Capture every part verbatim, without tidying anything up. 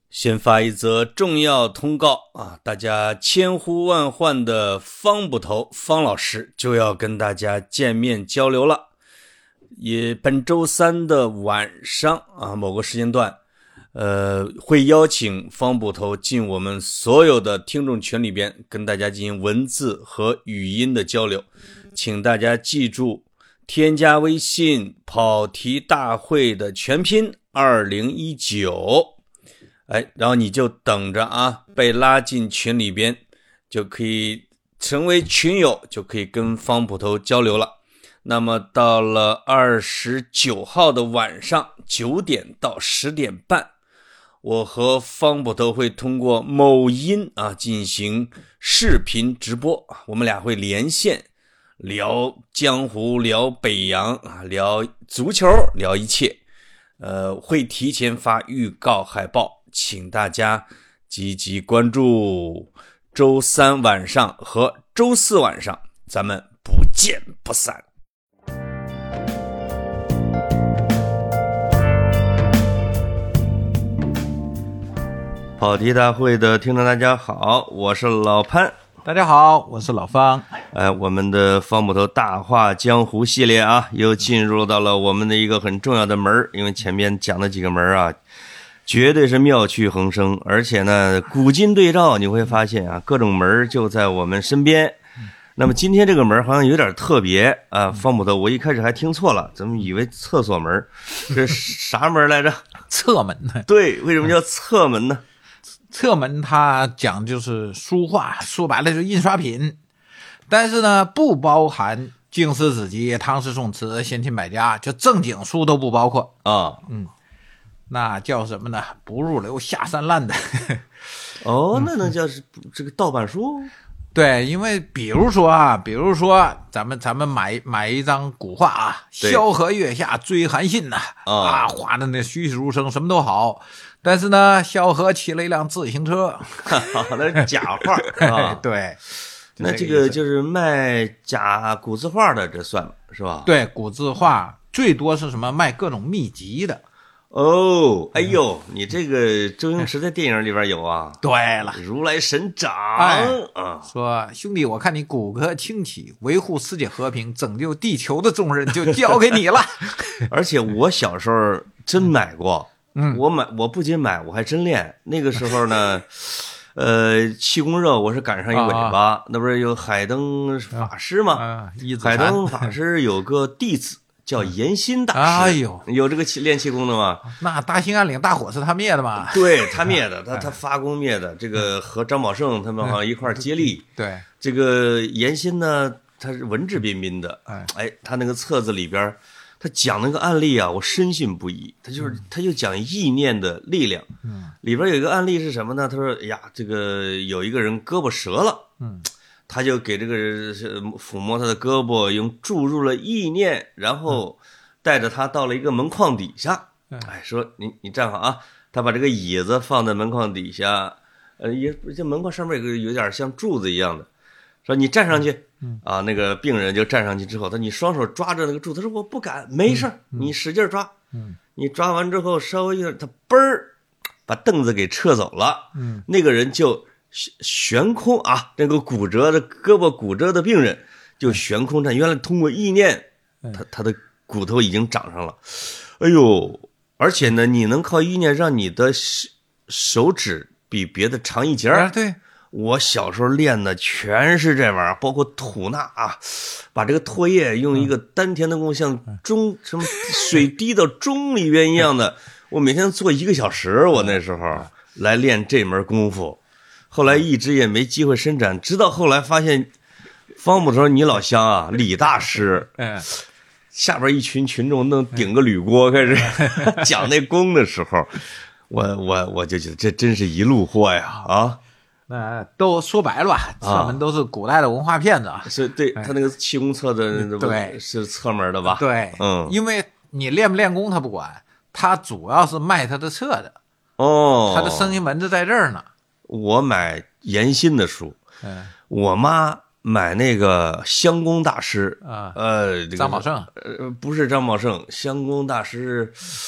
先发一则重要通告啊！大家千呼万唤的方捕头方老师就要跟大家见面交流了。也本周三的晚上啊，某个时间段，呃，会邀请方捕头进我们所有的听众群里边，跟大家进行文字和语音的交流。请大家记住，添加微信跑题大会的全拼二零一九。哎，然后你就等着啊，被拉进群里边，就可以成为群友，就可以跟方捕头交流了。那么到了二十九号的晚上九点到十点半，我和方捕头会通过某音啊进行视频直播，我们俩会连线聊江湖，聊北洋啊，聊足球，聊一切。呃，会提前发预告海报，请大家积极关注。周三晚上和周四晚上，咱们不见不散。跑题大会的听众大家好，我是老潘。 大家好，我是老方。 哎，我们的方捕头大话江湖系列啊，又进入到了我们的一个很重要的门，因为前面讲的几个门啊，绝对是妙趣横生，而且呢，古今对照，你会发现啊，各种门就在我们身边。那么今天这个门好像有点特别啊，方捕头，我一开始还听错了，咱们以为厕所门，这啥门来着？ 侧门。 对，为什么叫侧门呢？ 侧门它讲就是书画，说白了就是印刷品，但是呢不包含经史子集、唐诗宋词、先秦百家，就正经书都不包括啊。 嗯，那叫什么呢？不入流下三滥的。 哦，那能叫是这个盗版书？ 对，因为比如说啊，比如说咱们咱们买买一张古画啊，萧何月下追韩信呐，啊，啊画的那栩栩如生，什么都好。但是呢，萧何骑了一辆自行车， 那是假画啊。 对， 那这个就是卖假古字画的，这算是吧？ 对，古字画最多是什么？卖各种秘籍的。 哦，哎呦，你这个周星驰在电影里边有啊？ 对了， 如来神掌、 哎、 啊， 说兄弟，我看你骨骼清奇，维护世界和平、拯救地球的重任就交给你了。 而且我小时候真买过。 嗯， 我买，我不仅买，我还真练。那个时候呢，呃，气功热，我是赶上一尾巴，啊、那不是有海灯法师吗？ 啊， 海灯法师有个弟子叫严心大师， 哎呦， 有这个练气功的吗？ 那大兴安岭大火是他灭的吗？ 对，他灭的，他他发功灭的。这个和张宝胜他们好像一块接力。 对， 这个严心呢，他是文质彬彬的，哎，他那个册子里边。他讲那个案例啊，我深信不疑。他就是，他就讲意念的力量。嗯，里边有一个案例是什么呢？他说：“哎呀，这个有一个人胳膊折了，嗯，他就给这个人抚摸他的胳膊，用注入了意念，然后带着他到了一个门框底下。哎，说你你站好啊。他把这个椅子放在门框底下，呃，也这门框上面有个有点像柱子一样的。说你站上去。”啊，那个病人就站上去之后，他你双手抓着那个柱，他说我不敢，没事、嗯、你使劲抓，嗯，你抓完之后稍微一点，他嘣儿把凳子给撤走了，嗯，那个人就悬空啊，那个骨折的胳膊骨折的病人就悬空站，原来通过意念，他他的骨头已经长上了，哎呦，而且呢，你能靠意念让你的手指比别的长一截儿、 啊，对。 我小时候练的全是这玩意儿，包括吐纳啊，把这个唾液用一个丹田的功，像钟什么水滴到钟里边一样的，我每天做一个小时，我那时候来练这门功夫，后来一直也没机会伸展，直到后来发现方捕头你老乡啊，李大师，嗯，下边一群群众弄顶个铝锅开始讲那功的时候，我我我就觉得这真是一路货呀啊！ 呃，都说白了吧，侧门都是古代的文化骗子啊。 是对他那个气功册的， 对， 是侧门的吧？ 对，嗯，因为你练不练功他不管，他主要是卖他的册的。 哦， 他的生意门子在这儿呢。 我买严心的书，嗯，我妈买那个香功大师啊， 呃， 张宝胜， 呃，不是张宝胜，香功大师。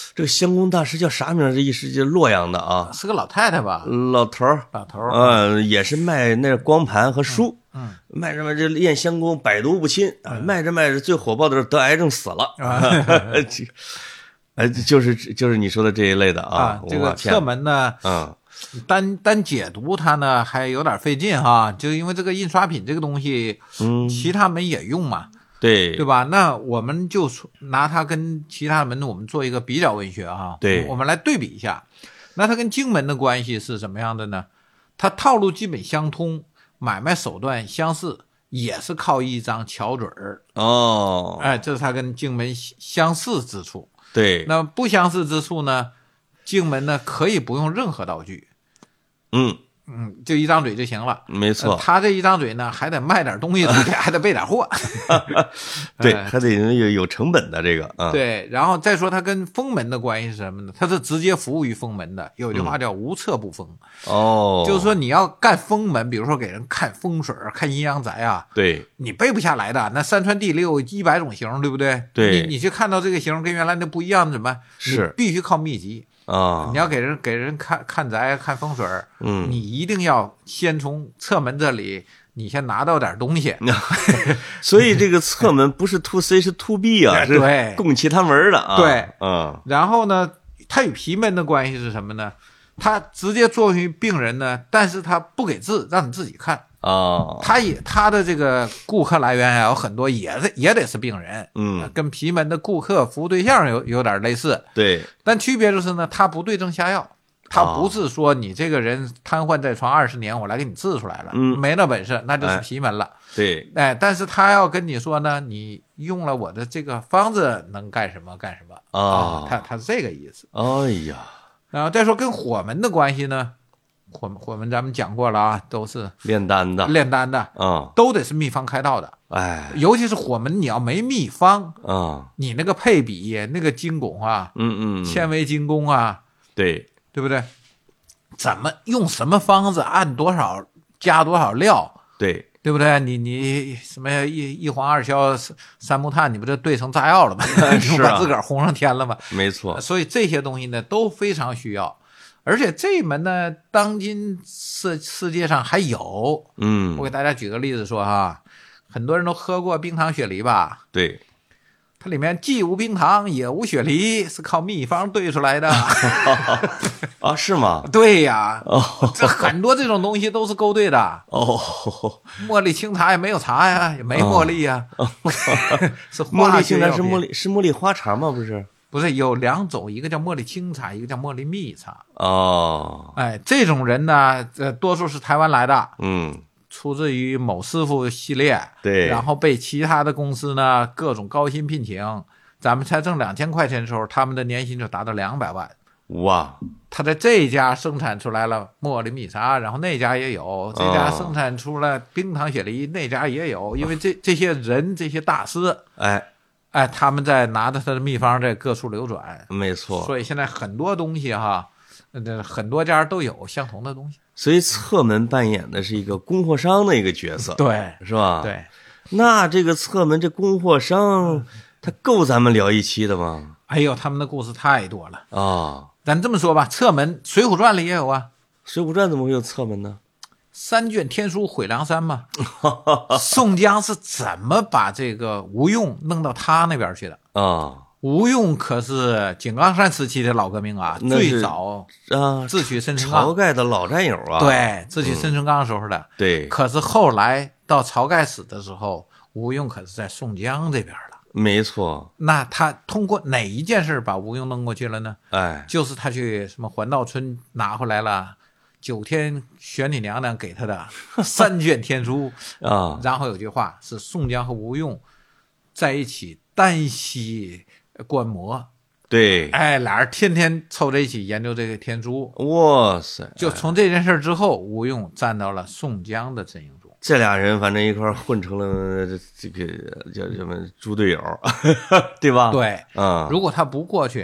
这个相公大师叫啥名？这一时就洛阳的啊， 是个老太太吧？ 老头儿， 老头儿啊、呃，也是卖那光盘和书， 嗯， 嗯卖着卖着练相公百毒不侵啊，嗯、卖着卖着最火爆的是得癌症死了啊，哎，就是就是你说的这一类的啊。 啊这个侧门呢，嗯。单单解读它呢还有点费劲哈，就因为这个印刷品这个东西，嗯，其他门也用嘛， 对对吧？那我们就拿它跟其他门我们做一个比较文学哈， 对， 我们来对比一下。那它跟经门的关系是什么样的呢？它套路基本相通，买卖手段相似，也是靠一张巧嘴儿哦， 哎，这是它跟经门相似之处。 对， 那不相似之处呢？经门呢可以不用任何道具。 嗯嗯，就一张嘴就行了， 没错。 呃、他这一张嘴呢，还得卖点东西出去，还得备点货， 对，还得有有成本的这个啊、嗯。 对，然后再说他跟封门的关系是什么呢？他是直接服务于封门的。有句话叫无策不封、 嗯、哦， 就是说你要干封门，比如说给人看风水、看阴阳宅啊， 对， 你背不下来的。那山川地里有一百种形，对不对？ 对， 你你去看到这个形跟原来的不一样，怎么？ 是必须靠秘籍。 啊、哦， 你要给人给人看看宅看风水， 嗯， 你一定要先从侧门这里，你先拿到点东西。 所以这个侧门不是 to C 是 to B 啊， 对， 是供其他门的啊。 对， 嗯。 然后呢，它与皮门的关系是什么呢？它直接作用于病人呢，但是它不给字，让你自己看。 哦， 他也他的这个顾客来源有很多，也是也得是病人， 嗯， 跟皮门的顾客服务对象有有点类似， 对， 但区别就是呢，他不对症下药，他不是说你这个人瘫痪在床二十年，我来给你治出来了， 嗯， 没那本事，那就是皮门了， 哎对， 哎，但是他要跟你说呢，你用了我的这个方子能干什么干什么啊、 哦， 他他是这个意思， 哎呀， 然后再说跟火门的关系呢。火火门咱们讲过了啊，都是炼丹的， 炼丹的啊、嗯， 都得是秘方开道的。 哎， 尤其是火门，你要没秘方啊、嗯， 你那个配比、那个精拱啊， 嗯嗯， 纤维精工啊， 对对不对？怎么用什么方子，按多少加多少料， 对对不对？你你什么一一黄二硝三木炭，你不就兑成炸药了吗？ 是啊，把自个儿轰上天了吗？ 没错。 所以这些东西呢都非常需要。而且这一门呢，当今世世界上还有， 嗯， 我给大家举个例子说哈，很多人都喝过冰糖雪梨吧？ 对， 它里面既无冰糖也无雪梨，是靠秘方兑出来的。 啊，是吗？ 对呀， 哦， 这很多这种东西都是勾兑的。 哦， 茉莉清茶也没有茶呀，也没茉莉呀， 哦、 是茉莉清茶是茉莉是茉莉花茶吗？不是。 不是有两种，一个叫茉莉清茶，一个叫茉莉蜜茶。 哦， 哎，这种人呢，呃，多数是台湾来的， 嗯， 出自于某师傅系列， 对， 然后被其他的公司呢各种高薪聘请，咱们才挣两千块钱的时候，他们的年薪就达到两百万。 哇！ 他在这家生产出来了茉莉蜜茶，然后那家也有，这家生产出了冰糖雪梨，那家也有，因为这这些人这些大师， 哎。 哎，他们在拿着他的秘方在各处流转， 没错。 所以现在很多东西哈，呃，很多家都有相同的东西。 所以侧门扮演的是一个供货商的一个角色， 对， 是吧？ 对。 那这个侧门这供货商，他够咱们聊一期的吗？ 哎呦，他们的故事太多了啊、哦！ 咱这么说吧，侧门《水浒传》里也有啊， 《水浒传》怎么会有侧门呢？ 三卷天书毁梁山嘛，宋江是怎么把这个吴用弄到他那边去的啊、哦？ 吴用可是井冈山时期的老革命啊，最早啊自取申城岗， 晁盖的老战友啊， 对，自取申城岗时候的、嗯， 对。 可是后来到晁盖死的时候，吴用可是在宋江这边了， 没错。 那他通过哪一件事把吴用弄过去了呢？ 哎， 就是他去什么环道村拿回来了。九天玄女娘娘给他的三卷天书啊， 然后有句话是宋江和吴用在一起单膝观摩， 对， 哎，俩人天天凑在一起研究这个天书。 哇塞！ 就从这件事之后，吴用站到了宋江的阵营中。 这俩人反正一块混成了这个叫什么猪队友，对吧？ 对， 嗯， 如果他不过去，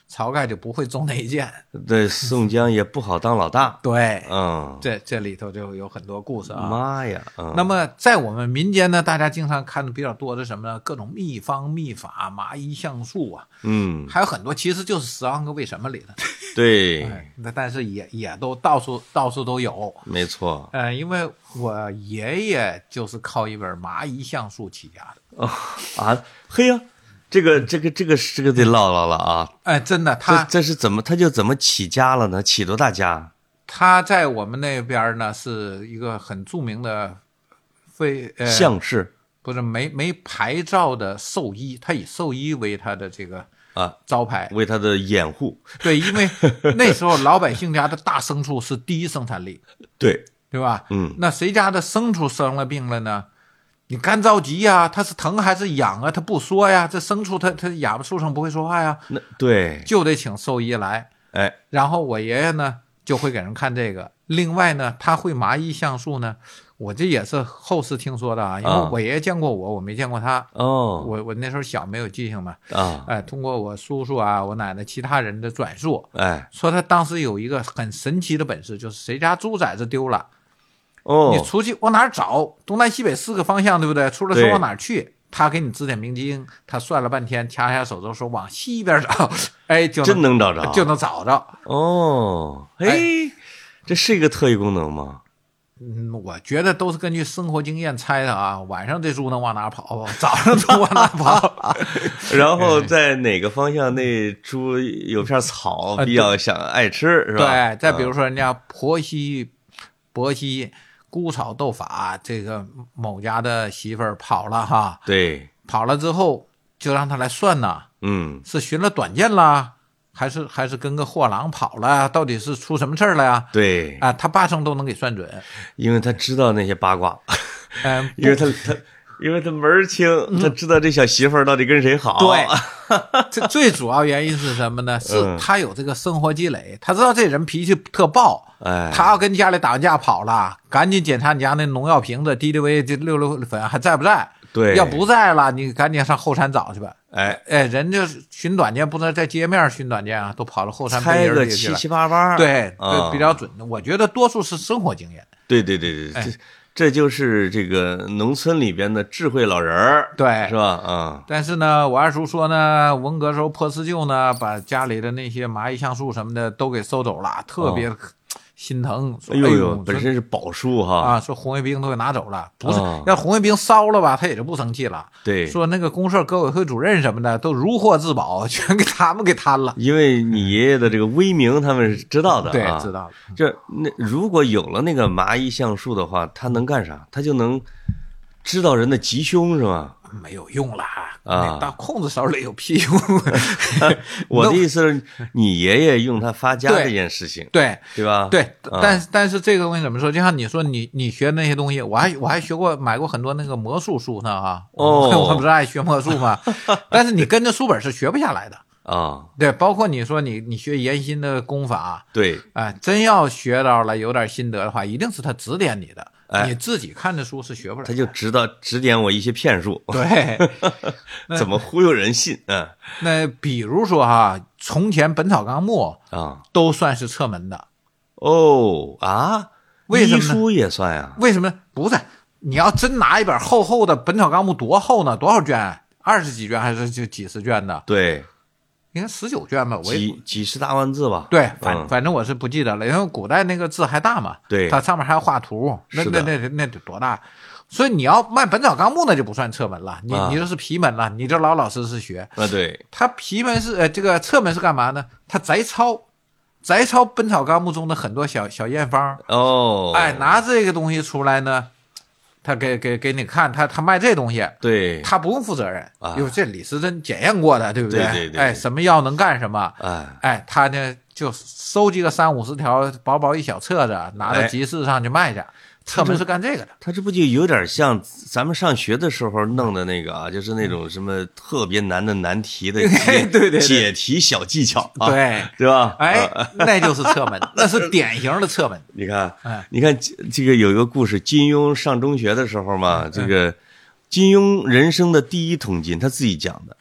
晁盖就不会中那一箭。 对，宋江也不好当老大。 对， 嗯， 这这里头就有很多故事啊。 妈呀！嗯、 那么在我们民间呢，大家经常看的比较多的什么呢？各种秘方秘法、麻衣橡树啊， 嗯， 还有很多其实就是十万个为什么里的。 对， 哎、那但是也也都到处到处都有。 没错。 呃，因为我爷爷就是靠一本麻衣橡树起家的。 哦啊，嘿呀！这个这个这个这个得唠唠了啊！ 哎，真的，他这这是怎么他就怎么起家了呢？起多大家？ 他在我们那边呢是一个很著名的非呃项氏， 不是没没牌照的兽医，他以兽医为他的这个啊招牌， 为他的掩护。 对，因为那时候老百姓家的大牲畜是第一生产力， 对对吧？ 嗯， 那谁家的牲畜生了病了呢？你干着急呀，他是疼还是痒啊？他不说呀，这牲畜他他哑巴畜生不会说话呀， 那对， 就得请兽医来。 哎， 然后我爷爷呢就会给人看这个。另外呢，他会麻衣橡树呢，我这也是后世听说的啊，因为我爷爷见过我，我没见过他。 哦， 我我那时候小没有记性嘛。 啊， 哎，通过我叔叔啊、我奶奶其他人的转述， 哎， 说他当时有一个很神奇的本事，就是谁家猪崽子丢了。 哦， 你出去往哪儿找？东南西北四个方向，对不对？出了车往哪儿去？他给你指点迷津，他算了半天，掐下手肘说往西边找，哎，就能真能找着， 就能找着。 哦，哎，哎这是一个特异功能吗？ 嗯，我觉得都是根据生活经验猜的啊。晚上这猪能往哪跑，早上猪往哪跑。 然后在哪个方向那猪有片草比较想爱吃，是吧？ 对，再比如说人家婆媳婆媳姑炒斗法，这个某家的媳妇儿跑了哈， 对， 跑了之后就让他来算呐， 嗯， 是寻了短见啦，还是还是跟个货郎跑了，到底是出什么事儿了呀？ 对啊，他八成都能给算准， 因为他知道那些八卦， 嗯， 因为他他因为他门儿清，他知道这小媳妇儿到底跟谁好。 对，这最主要原因是什么呢？是他有这个生活积累，他知道这人脾气特暴。 哎， 他要跟家里打完架跑了，赶紧检查你家那农药瓶子、敌敌畏、这六六粉还在不在？ 对， 要不在了，你赶紧上后山找去吧。 哎哎，人家寻短见，不能在街面寻短见啊，都跑到后山猜个七七八八。 对， 啊、 比较准的。我觉得多数是生活经验。 对对对对， 哎、 这这就是这个农村里边的智慧老人儿， 对， 是吧？啊、嗯。 但是呢，我二叔说呢，文革时候破四旧呢，把家里的那些麻衣橡树什么的都给收走了，特别。哦心疼，说哎呦呦，本身是宝树哈啊，说红卫兵都给拿走了，不是、哦、要红卫兵烧了吧，他也就不生气了。 对， 说那个公社革委会主任什么的都如获至宝，全给他们给贪了。 因为你爷爷的这个威名，他们是知道的、啊， 对，知道的。 这那如果有了那个麻衣橡树的话，他能干啥？他就能知道人的吉凶，是吧？ 没有用了啊！ 到空子手里有屁用？ 我的意思是，你爷爷用它发家这件事情， 对对吧？ 对， 啊、 但是但是这个东西怎么说？就像你说，你你学那些东西，我还我还学过买过很多那个魔术书呢啊！ 哦， 我不是爱学魔术吗？但是你跟着书本是学不下来的啊。 对，包括你说你你学严心的功法， 对， 哎，真要学到了有点心得的话，一定是他指点你的。 哎， 你自己看的书是学不来， 他就知道指点我一些骗术， 对， 怎么忽悠人信？嗯， 那比如说哈，从前《本草纲目》 啊， 都算是侧门的。 哦啊， 为什么？ 医书也算呀？ 为什么？不是，你要真拿一本厚厚的《本草纲目》，多厚呢？多少卷？二十几卷还是就几十卷的？ 对。 应该十九卷吧，我几几十大万字吧。 对，反、 嗯、 反正我是不记得了，因为古代那个字还大嘛。 对， 它上面还要画图，那那那那得多大？所以你要卖《本草纲目》那就不算侧门了，你、啊、你这是皮门了，你这老老实实学。 啊，对。 它皮门是呃这个侧门是干嘛呢？它摘抄，摘抄《本草纲目》中的很多小小验方。 哦。 哎，拿这个东西出来呢。他给给给你看，他他卖这东西， 对， 他不用负责任， 啊、 因为这李时珍检验过的，对不对？ 对对对。 哎，什么药能干什么？ 哎哎，他呢就收集个三五十条，薄薄一小册子，拿到集市上去卖去。侧门是干这个的。 他这不就有点像咱们上学的时候弄的那个啊，就是那种什么特别难的难题的对对对解题小技巧，啊、 对对吧？ 哎，那就是侧门，那是典型的侧门。 你看， 哎、 你看这个有一个故事，金庸上中学的时候嘛，这个金庸人生的第一桶金，他自己讲的，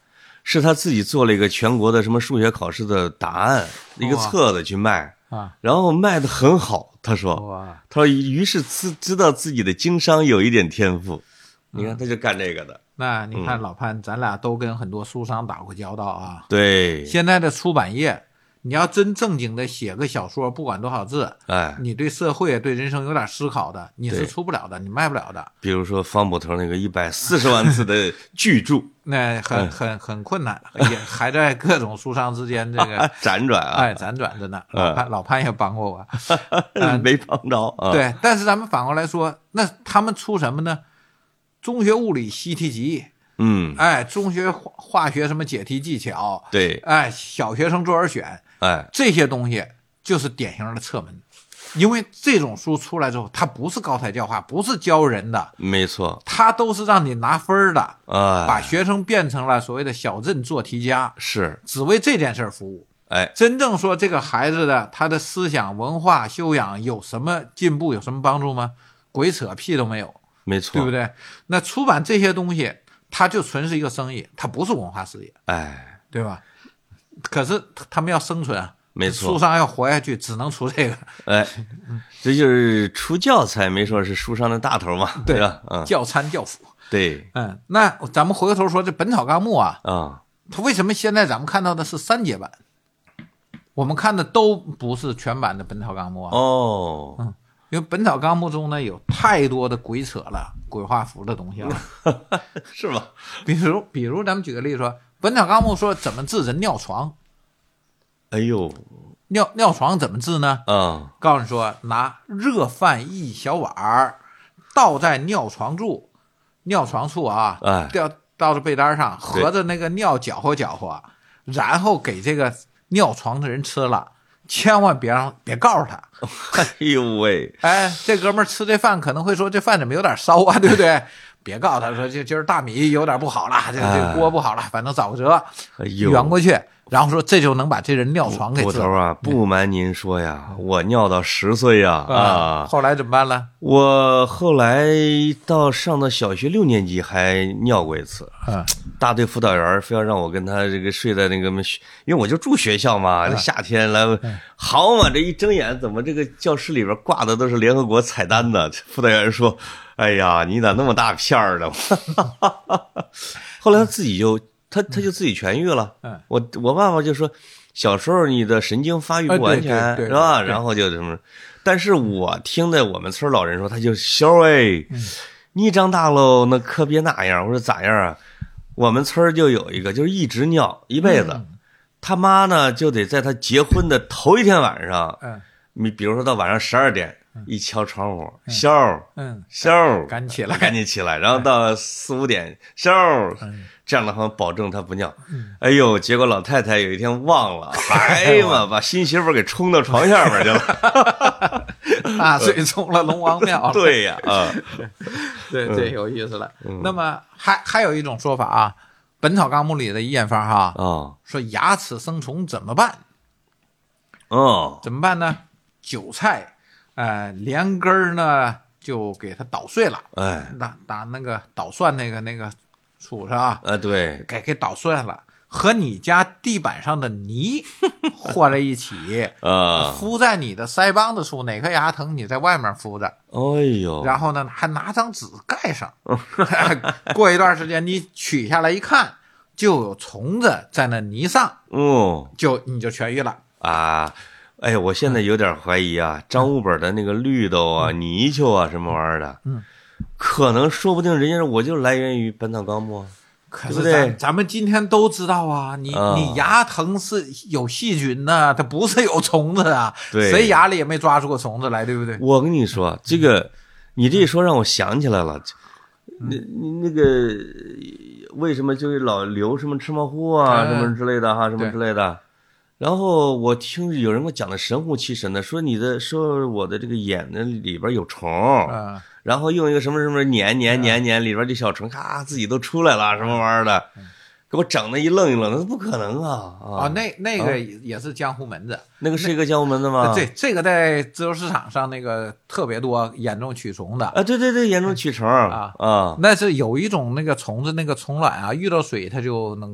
是他自己做了一个全国的什么数学考试的答案，一个册子去卖啊， 然后卖的很好。他说，他说于是知知道自己的经商有一点天赋，你看他就干这个的。 那你看老潘，咱俩都跟很多书商打过交道啊。 对， 现在的出版业，你要真正经的写个小说，不管多少字， 哎， 你对社会、对人生有点思考的，你是出不了的，你卖不了的。 比如说方捕头那个一百四十万字的巨著， 那很很很困难，也还在各种书商之间这个辗转啊， 哎，辗转着呢。老潘、嗯、老潘也帮过我， 嗯、没帮着、啊。 对，但是咱们反过来说，那他们出什么呢？中学物理习题集， 嗯， 哎，中学化学什么解题技巧， 对， 哎，小学生作文选， 哎， 这些东西就是典型的侧门。因为这种书出来之后，它不是高台教化，不是教人的， 没错， 它都是让你拿分的， 哎， 把学生变成了所谓的小镇做题家， 是只为这件事服务。 哎， 真正说这个孩子的他的思想文化修养有什么进步，有什么帮助吗？鬼扯，屁都没有。 没错， 对不对？那出版这些东西，它就纯是一个生意，它不是文化事业， 哎， 对吧？可是他们要生存啊， 没错， 书商要活下去，只能出这个。 哎，这就是出教材，没说是书商的大头嘛， 对吧？嗯， 教参教辅。 对， 嗯，那咱们回过头说这《本草纲目》啊， 啊、嗯， 它为什么现在咱们看到的是三节版？我们看的都不是全版的《本草纲目》啊。 哦， 嗯。因为《本草纲目》中呢有太多的鬼扯了、鬼画符的东西了， 是吧？ 比如，比如咱们举个例子说，《本草纲目》说怎么治人尿床。 哎呦， 尿尿床怎么治呢？ 嗯， 告诉你说，拿热饭一小碗倒在尿床处，尿床处啊， 哎， 掉倒在被单上，合着那个尿搅和搅和，然后给这个尿床的人吃了。千万别让别告诉他， 哎呦喂， 哎，这哥们儿吃这饭可能会说这饭怎么有点烧啊，对不对？别告诉他说这今儿大米有点不好了，这这锅不好了，反正找个辙， 哎呦， 圆过去，然后说这就能把这人尿床给治了。 捕头啊，不瞒您说呀，我尿到十岁呀，啊， 啊后来怎么办了？ 我后来到上到小学六年级还尿过一次， 啊， 大队辅导员非要让我跟他这个睡在那个，因为我就住学校嘛，这夏天来，好嘛，这一睁眼怎么这个教室里边挂的都是联合国彩单的？辅导员说：“哎呀，你咋那么大片儿呢？”后来他自己就他他就自己痊愈了。 嗯， 我我爸爸就说，小时候你的神经发育不完全，是吧？然后就什么，但是我听的我们村老人说，他就小哎，你长大喽，那可别那样。我说咋样啊？我们村就有一个，就是一直尿一辈子，嗯、他妈呢就得在他结婚的头一天晚上，嗯，你比如说到晚上十二点，嗯、一敲窗户，笑、嗯，笑、嗯， 赶紧起来， 赶紧起来，然后到四五点，笑、嗯，这样的话保证他不尿。嗯、哎呦，结果老太太有一天忘了，哎呀妈，把新媳妇给冲到床下边去了， 大水冲了龙王庙了。 对呀，啊， 对，这有意思了。嗯、那么还还有一种说法啊，《本草纲目》里的验法哈， 哦， 说牙齿生虫怎么办？ 哦， 怎么办呢？韭菜，呃，连根儿呢就给它捣碎了， 哎， 打打那个捣蒜那个那个杵上啊， 啊，对， 给给捣碎了。和你家地板上的泥和在一起啊， 敷在你的腮帮子处，哪颗牙疼你在外面敷着， 哎呦， 然后呢还拿张纸盖上，过一段时间你取下来一看，就有虫子在那泥上， 哦， 就你就痊愈了啊。哎，我现在有点怀疑啊，张悟本的那个绿豆啊、嗯、泥鳅啊什么玩意儿的， 嗯， 可能说不定人家我就来源于《本草纲目》。 可是咱咱们今天都知道啊，你、嗯、你牙疼是有细菌的，它不是有虫子啊。 对， 谁牙里也没抓出个虫子来，对不对？ 我跟你说，这个你这一说让我想起来了，那、嗯、那个为什么就是老流什么芝麻糊啊、嗯、什么之类的哈，什么之类的。然后我听有人给我讲的神乎其神的，说你的说我的这个眼的里边有虫。 嗯， 然后用一个什么什么粘粘粘粘，里边这小虫咔自己都出来了，什么玩意儿的，给我整的一愣一愣，那不可能啊！啊， 哦、那那个也是江湖门子，啊、 那个是一个江湖门子吗？ 对，这个在自由市场上那个特别多严重驱虫的啊，对对对，严重驱虫啊啊，那是有一种那个虫子，那个虫卵啊，遇到水它就能够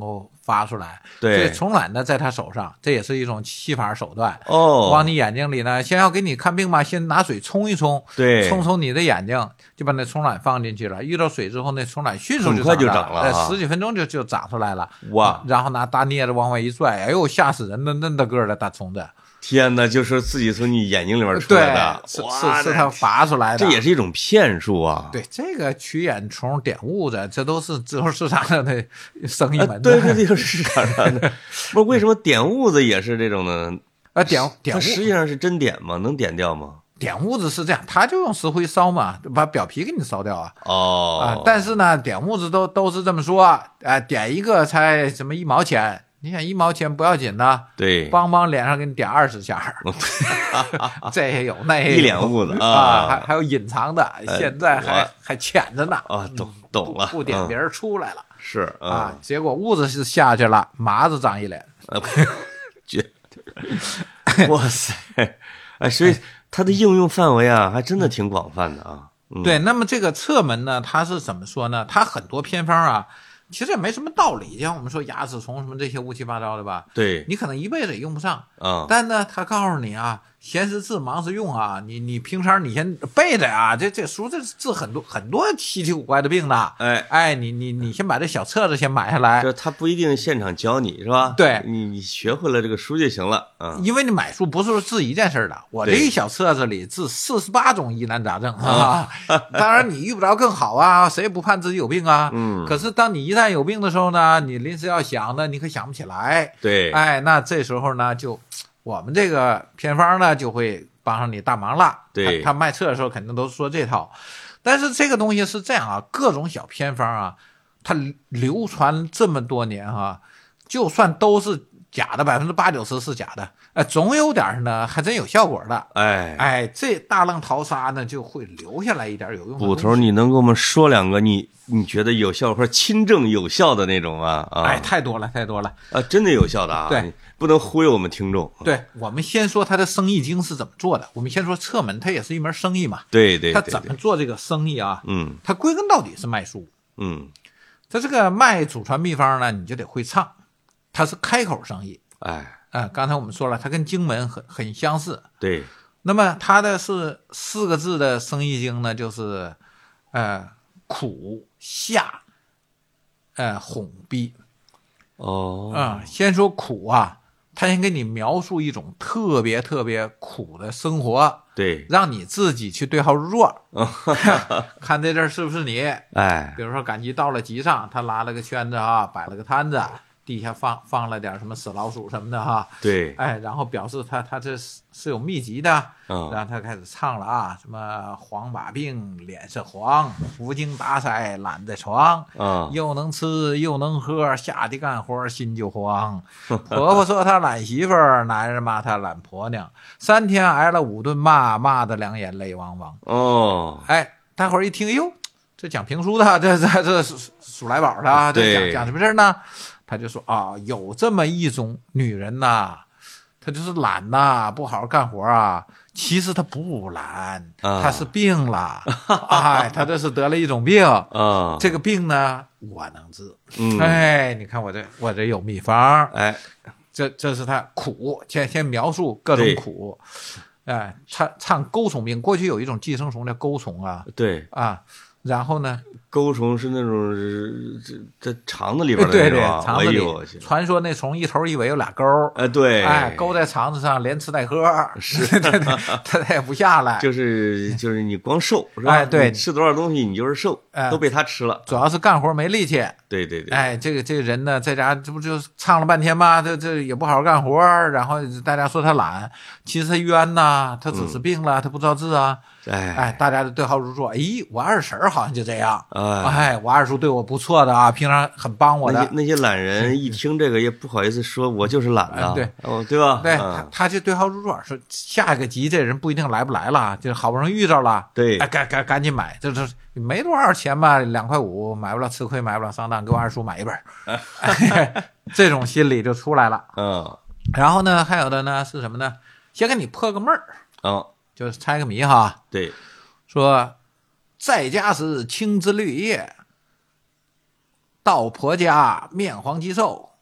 发出来。 对， 所以虫卵呢在他手上，这也是一种戏法手段。 哦， 往你眼睛里呢，先要给你看病嘛，先拿水冲一冲， 对， 冲冲你的眼睛，就把那虫卵放进去了。遇到水之后，那虫卵迅速很快就长了， 呃，十几分钟就就长出来了。 哇！ 然后拿大镊子往外一拽，哎呦，吓死人！那那大个的大虫子。 天哪，就是自己从你眼睛里面出来的， 是是是他拔出来的， 这也是一种骗术啊！ 对，这个取眼虫、点痦子，这都是自由市场上的生意门、啊。 对对对，就是市场上的。不是为什么点痦子也是这种呢？ 啊，点点它实际上是真点吗？能点掉吗？ 点痦子是这样，他就用石灰烧嘛，把表皮给你烧掉啊。 哦啊，但是呢，点痦子都都是这么说，啊、呃，点一个才什么一毛钱。你想一毛钱不要紧的， 对， 帮帮脸上给你点二十下，这也有，那也有一脸痦子啊，还还有隐藏的，现在还、呃、还潜着呢啊，懂懂了， 不点别人出来了， 嗯、是、嗯、 啊，结果痦子是下去了，麻子长一脸， 绝对，哇塞，哎，所以它的应用范围啊，还真的挺广泛的啊。嗯、 对，那么这个侧门呢，它是怎么说呢？它很多偏方啊。其实也没什么道理，像我们说牙齿虫什么这些乌七八糟的吧， 对， 你可能一辈子也用不上啊、嗯。 但呢，他告诉你啊，闲时治，忙时用啊，你你平常你先背着啊，这这书这治很多很多稀奇古怪的病的， 哎哎，你你你先把这小册子先买下来， 这他不一定现场教你是吧？ 对， 你你学会了这个书就行了啊、 嗯。因为你买书不是说治一件事的，我这一小册子里治四十八种疑难杂症啊。当然你遇不着更好啊，谁也不盼自己有病啊。 嗯。 可是当你一旦有病的时候呢，你临时要想呢，你可想不起来。 对。 哎，那这时候呢，就我们这个偏方呢就会帮上你大忙了。 对。 他, 他卖册的时候肯定都是说这套，但是这个东西是这样啊，各种小偏方啊，它流传这么多年啊，就算都是假的，百分之八九十是假的，哎，总有点呢还真有效果的。 哎哎，这大浪淘沙呢就会留下来一点有用的。 捕头，你能给我们说两个你你觉得有效或者亲证有效的那种啊？啊， 哎，太多了，太多了啊，真的有效的啊！ 对， 不能忽悠我们听众。 对，我们先说他的生意经是怎么做的。我们先说侧门，它也是一门生意嘛。 对对， 他怎么做这个生意啊？ 嗯， 他归根到底是卖书。 嗯， 他这个卖祖传秘方呢，你就得会唱，他是开口生意。 哎。 啊，刚才我们说了，它跟经门很很相似。 对， 那么它的是四个字的生意经呢，就是呃苦下呃哄逼。 哦， 啊、嗯，先说苦啊，他先给你描述一种特别特别苦的生活， 对， 让你自己去对号入座，看这阵是不是你？ 哎， 比如说赶集到了集上，他拉了个圈子啊，摆了个摊子。地下放放了点什么死老鼠什么的哈， 对， 哎，然后表示他他这是是有秘籍的， 嗯， 然后他开始唱了啊，什么黄把病，脸色黄，无精打采，懒在床， 嗯， 又能吃又能喝，下地干活心就慌。婆婆说他懒媳妇儿，男人骂他懒婆娘，三天挨了五顿骂，骂得两眼泪汪汪。 哦， 哎，大伙儿一听，哟，这讲评书的，这这这数来宝的，这讲讲什么事呢？他就说啊，有这么一种女人呐、啊，她就是懒呐、啊，不好好干活啊。其实她不懒，她是病了。哎，她这是得了一种病啊。这个病呢，我能治。 嗯， 哎，你看我这我这有秘方。 哎， 这这是他苦，先先描述各种苦。哎，唱唱钩虫病，过去有一种寄生虫叫钩虫啊。 对啊。然后呢？ 钩虫是那种这这肠子里边的， 对对，肠子里。 哎、 传说那虫一头一尾有俩钩， 哎，对， 哎，勾在肠子上，连吃带喝， 是， 对对，它它也不下来。 就是就是你光瘦是吧？ 哎，对， 吃多少东西你就是瘦，哎、都被它吃了。 主要是干活没力气。 对对对。 哎，这个这个人呢，在家这不就唱了半天吗？这这也不好好干活，然后大家说他懒，其实他冤呐，他只是病了，嗯、他不知道治啊。 哎哎，大家都对号入座。哎，我二婶好像就这样。 哎， 哎，我二叔对我不错的啊，平常很帮我的。 那些那些懒人一听这个也不好意思说，我就是懒的、 嗯，对， 哦，对吧？ 对， 嗯、 他他就对号入座，说下一个集这人不一定来不来了，就好不容易遇着了， 对， 哎，赶赶赶紧买，这这没多少钱吧，两块五，买不了吃亏，买不了上当，给我二叔买一本，哎、这种心理就出来了。 嗯， 然后呢，还有的呢是什么呢？先给你破个闷儿， 嗯， 就是猜个谜哈。 对。 说在家时青枝绿叶，到婆家面黄肌瘦，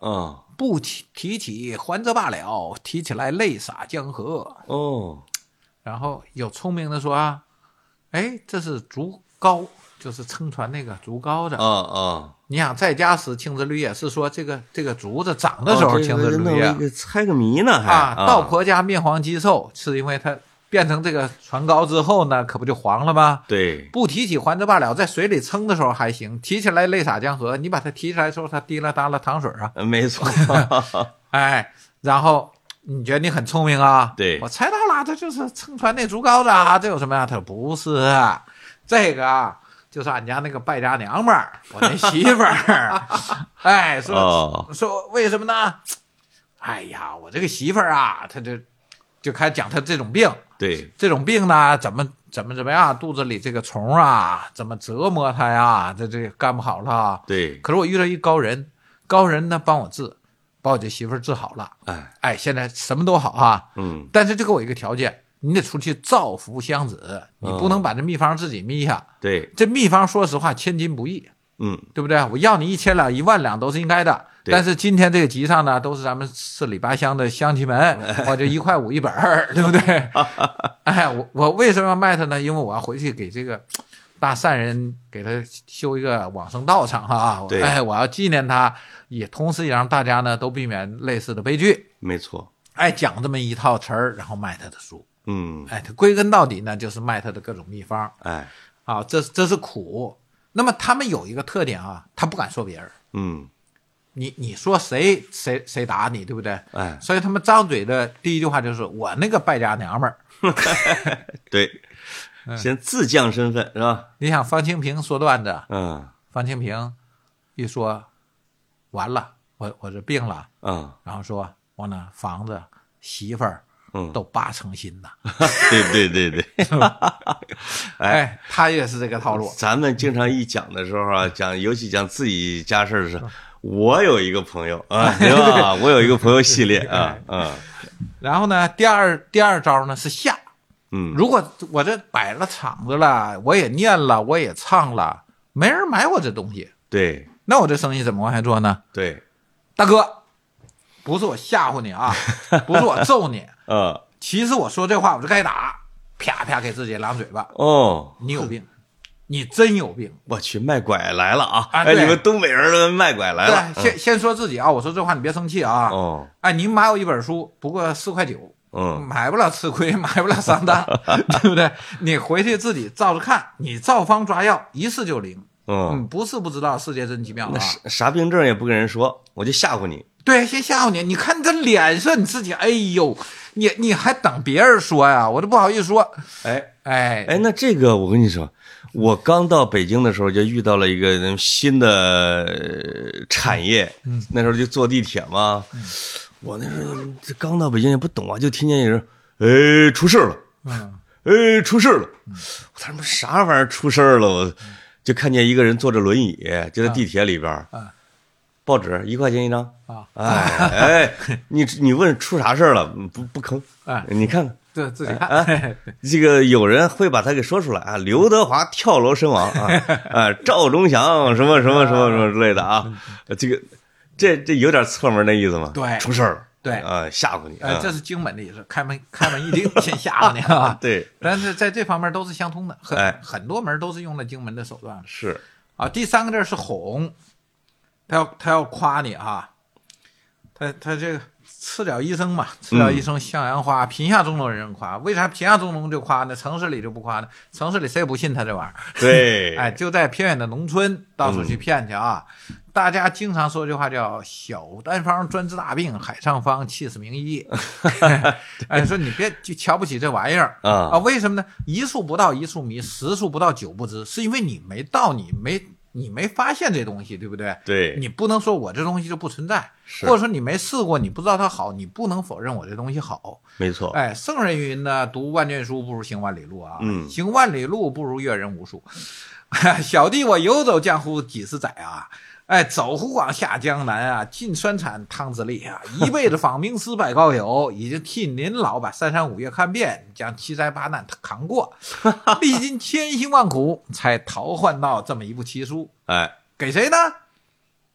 嗯，不提提起还则罢了，提起来泪洒江河。 哦， 然后有聪明的说啊，哎，这是竹篙，就是撑船那个竹篙的。 啊啊， 你想在家时青之绿叶是说这个这个竹子长的时候青之绿叶， 哦这个、猜个谜呢还啊，到婆家面黄肌瘦，是因为它变成这个船膏之后呢，可不就黄了吗？ 对， 不提起还则罢了，在水里撑的时候还行，提起来泪洒江河。你把它提起来的时候，它滴啦答啦淌水啊。 没错。 哎，然后你觉得你很聪明啊？ 对， 我猜到了，这就是撑船那竹篙的啊。这有什么呀？他说不是，这个啊，就是俺家那个败家娘们儿，我那媳妇儿。哎，说、哦、说为什么呢？哎呀，我这个媳妇儿啊，她就就开始讲她这种病。 对， 这种病呢，怎么怎么怎么样，肚子里这个虫啊，怎么折磨她呀？这这干不好了。 对， 可是我遇到一高人，高人呢帮我治，把我这媳妇儿治好了。 哎哎，现在什么都好啊。 嗯， 但是就给我一个条件，你得出去造福乡子，你不能把这秘方自己密下。 嗯、对， 这秘方说实话千金不易。 嗯， 对不对？我要你一千两、一万两都是应该的。但是今天这个集上呢，都是咱们四里八乡的乡亲们，我就一块五一本，对不对？哎，我我为什么要卖它呢？因为我要回去给这个大善人给他修一个往生道场哈。 对， 哎，我要纪念他，也同时也让大家呢都避免类似的悲剧。 没错。 哎，讲这么一套词儿，然后卖他的书。 嗯， 哎，他归根到底呢，就是卖他的各种秘方。 哎， 啊，这这是苦。那么他们有一个特点啊，他不敢说别人。 嗯， 你你说谁谁谁打你，对不对？ 哎， 所以他们张嘴的第一句话就是我那个败家娘们儿。 对，先自降身份是吧？ 你想方清平说段子， 嗯， 方清平一说完了，我我这病了， 嗯， 然后说我那房子媳妇儿。嗯，都八成新的。 对对对对， 哎，他也是这个套路。 咱们经常一讲的时候啊，讲尤其讲自己家事的时候，我有一个朋友啊，对吧？我有一个朋友系列啊，嗯。 然后呢，第二第二招呢是下。 嗯， 如果我这摆了场子了，我也念了，我也唱了，没人买我这东西。 对， 那我这生意怎么往下做呢？ 对， 大哥。不是我吓唬你啊，不是我揍你， 呃， 其实我说这话我就该打，啪啪给自己两嘴巴。 哦， 你有病，你真有病！ 我去，卖拐来了啊！ 啊哎，你们东北人卖拐来了。 对，先先说自己啊，我说这话你别生气啊。 哦， 哎，你买我一本书，不过四块九， 嗯， 买不了吃亏，买不了上当，对不对？你回去自己照着看，你照方抓药，一试就灵。嗯，不是不知道，世界真奇妙啊！ 那啥病症也不跟人说，我就吓唬你。 对，先吓唬你。你看你这脸色，你自己，哎呦，你你还等别人说呀？我都不好意思说。 哎哎哎，那这个我跟你说，我刚到北京的时候就遇到了一个新的产业，嗯、那时候就坐地铁嘛。嗯、我那时候刚到北京也不懂啊，就听见有人，哎，出事了， 嗯， 哎，出事了。嗯、我他妈啥玩意儿出事了？我就看见一个人坐着轮椅，就在地铁里边。 啊啊报纸一块钱一张啊！ 哎哎，你你问出啥事了？不不吭哎， 你看看， 对自己看。 哎，这个有人会把他给说出来啊。刘德华跳楼身亡啊啊！赵忠祥什么什么什么什么之类的啊。这个这这有点侧门的意思吗？ 对， 出事了。 对啊，吓唬你。 哎，这是京门的意思，开门开门一定先吓唬你啊。 对， 但是在这方面都是相通的，很、 哎、 很多门都是用了京门的手段。 是啊，第三个字是哄。他要他要夸你啊，他他这个赤脚医生嘛，赤脚医生向阳花，贫下中农人夸，为啥贫下中农就夸呢？城市里就不夸呢？城市里谁也不信他这玩意儿。 对， 哎，就在偏远的农村到处去骗去啊！嗯、大家经常说句话叫“小单方专治大病，海上方气死名医”。哎，说你别就瞧不起这玩意儿啊啊！为什么呢？一处不到一处迷，十处不到九不知，是因为你没到，你没。你没发现这东西，对不对？ 对， 你不能说我这东西就不存在，或者说你没试过，你不知道它好，你不能否认我这东西好。 没错。 哎，圣人云呢，读万卷书不如行万里路啊， 嗯， 行万里路不如阅人无数。小弟我游走江湖几十载啊，哎，走湖广下江南啊，进川产汤之力啊，一辈子访名师百高友，已经替您老把三山五岳看遍，将七灾八难扛过，历经千辛万苦才淘换到这么一部奇书。 哎， 给谁呢？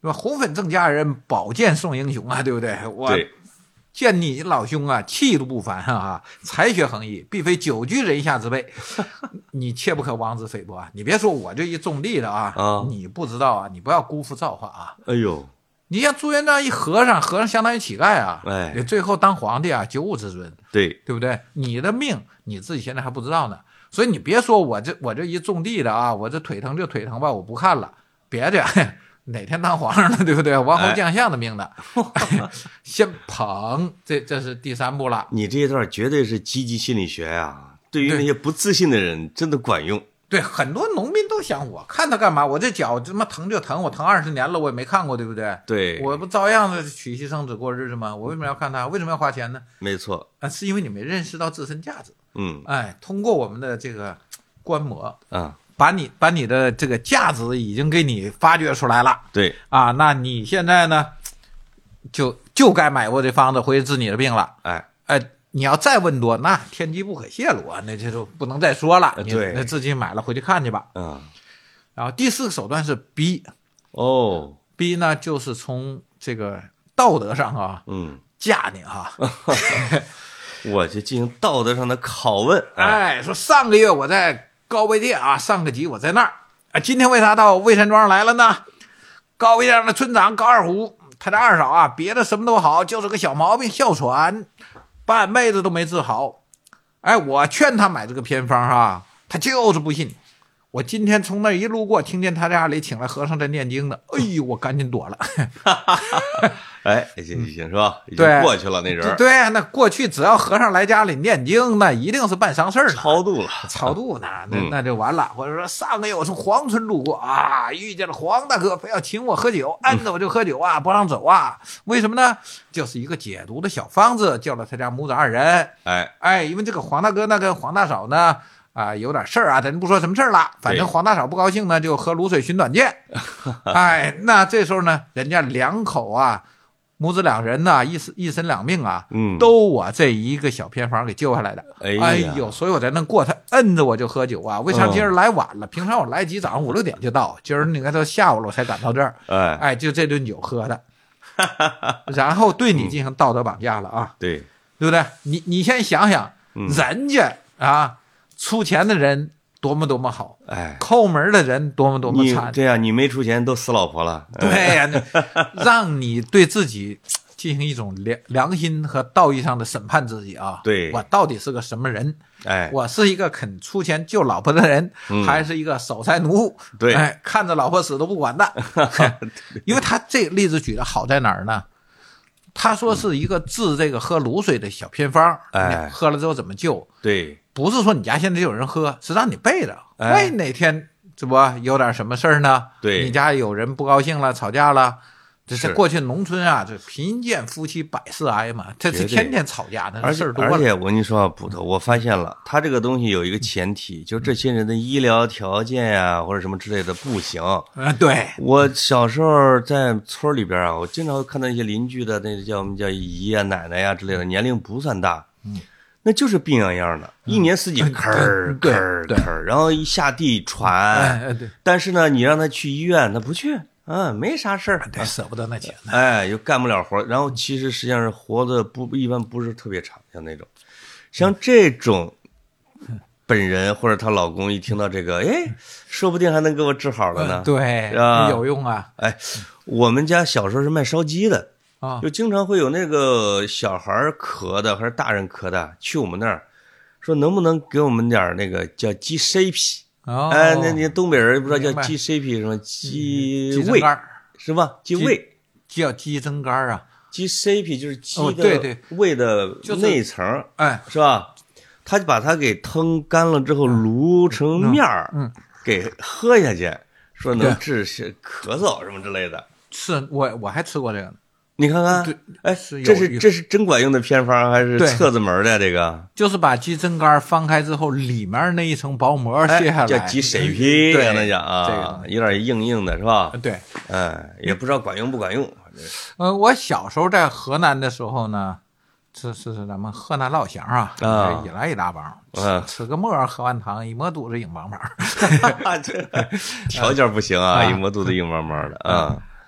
吧？红粉赠佳人，宝剑送英雄啊，对不对？我对见你老兄啊，气度不凡啊，才学横溢，必非久居人下之辈。你切不可妄自菲薄啊！你别说我这一种地的啊， 啊你不知道啊，你不要辜负造化啊！ 哎呦， 你像朱元璋一和尚，和尚相当于乞丐啊， 哎你最后当皇帝啊，九五之尊， 对对不对？你的命你自己现在还不知道呢，所以你别说我这我这一种地的啊，我这腿疼就腿疼吧，我不看了，别的。哪天当皇上了，对不对？王侯将相的命的，哎、先捧，这这是第三步了。 你这一段绝对是积极心理学呀、啊，对于那些不自信的人真的管用。 对，很多农民都想，我看他干嘛？我这脚他妈疼就疼，我疼二十年了，我也没看过，对不对？ 对， 我不照样的娶妻生子过日子吗？我为什么要看他？为什么要花钱呢？ 没错， 啊，是因为你没认识到自身价值。 嗯， 哎，通过我们的这个观摩， 啊。 把你把你的这个价值已经给你发掘出来了， 对啊，那你现在呢，就就该买我这房子回去治你的病了。 哎哎，你要再问多，那天机不可泄露啊，那这就不能再说了。你对， 那自己买了回去看去吧。 嗯， 然后第四个手段是逼， 哦， 逼呢就是从这个道德上啊， 嗯， 架你哈。 我就进行道德上的拷问。 哎，说上个月我在高碑店啊，上个集我在那儿啊，今天为啥到魏山庄来了呢？高碑店的村长高二虎，他的二嫂啊，别的什么都好，就是个小毛病哮喘，半辈子都没治好。哎，我劝他买这个偏方啊，他就是不信。我今天从那一路过，听见他家里请来和尚在念经呢，哎呦，我赶紧躲了。 哎，行行行，是吧？已经过去了那人。 对啊，那过去只要和尚来家里念经，那一定是办丧事儿， 超度了， 超度呢，那那就完了。或者说上个月我从黄村路过啊，遇见了黄大哥，非要请我喝酒，按着我就喝酒啊，不让走啊。为什么呢？就是一个解毒的小方子，叫了他家母子二人。 哎哎，因为这个黄大哥呢跟黄大嫂呢。啊，有点事儿啊，咱不说什么事儿了。反正黄大嫂不高兴呢，就喝卤水寻短见。哎，那这时候呢，人家两口啊，母子两人呢，一一身两命啊， 嗯， 都我这一个小偏方给救下来的。 哎, 哎呦，所以我才能过他摁着我就喝酒啊。为啥今儿来晚了？ 嗯、 平常我来急，早上五六点就到，今儿你看都下午了我才赶到这儿。 哎哎，就这顿酒喝的，然后对你进行道德绑架了啊。 嗯、对， 对不对？你你先想想， 嗯、 人家啊。出钱的人多么多么好， 哎， 抠门的人多么多么惨。 对呀、啊，你没出钱都死老婆了。 对呀、啊，让你对自己进行一种良良心和道义上的审判自己啊。 对， 我到底是个什么人？ 哎， 我是一个肯出钱救老婆的人， 嗯、 还是一个守财奴？ 对， 哎，看着老婆死都不管的。因为他这个例子举的好在哪儿呢？他说是一个治这个喝卤水的小偏方， 哎， 喝了之后怎么救？ 对。 不是说你家现在就有人喝，是让你备着，万一哪天这不有点什么事儿呢？ 对， 你家有人不高兴了，吵架了，这是过去农村啊，这贫贱夫妻百事哀嘛，这是天天吵架，那事儿多了。 而且我跟你说啊，捕头，我发现了，他这个东西有一个前提，就这些人的医疗条件呀、啊，或者什么之类的不行。 嗯，对。 我小时候在村里边啊，我经常会看到一些邻居的那叫我们叫姨啊、奶奶呀、啊、之类的，年龄不算大，嗯。那就是病怏怏的，一年四季咳儿咳儿咳儿，然后一下地喘。但是呢，你让他去医院，他不去，嗯，没啥事儿， 舍不得那钱， 哎，又干不了活。然后其实实际上是活的不一般不是特别长，像那种，像这种本人或者她老公一听到这个，哎，说不定还能给我治好了呢。 对，有用啊。 哎，我们家小时候是卖烧鸡的。 啊， 就经常会有那个小孩咳的，还是大人咳的，去我们那儿说能不能给我们点那个叫鸡塞皮？ 哦， 哎，那你东北人不知道叫鸡塞皮什么？鸡胃是吧？鸡胃叫鸡胗肝啊， 鸡塞皮就是鸡的对对胃的内层， 哎， 是吧？他就把它给腾干了之后卤成面儿， 嗯， 给喝下去，说能治咳嗽什么之类的。 是我我还吃过这个呢。 你看看，哎，这是这是真管用的偏方还是侧子门的？这个就是把鸡胗肝翻开之后，里面那一层薄膜卸下来， 叫鸡水皮， 对， 刚才讲啊， 这个有点硬硬的是吧？ 对， 哎，也不知道管用不管用。 呃，我小时候在河南的时候呢，是是是咱们河南老乡啊， 啊， 一来一大帮， 嗯， 吃个馍喝完汤，一摸肚子硬邦邦， 这条件不行啊，一摸肚子硬邦邦的啊。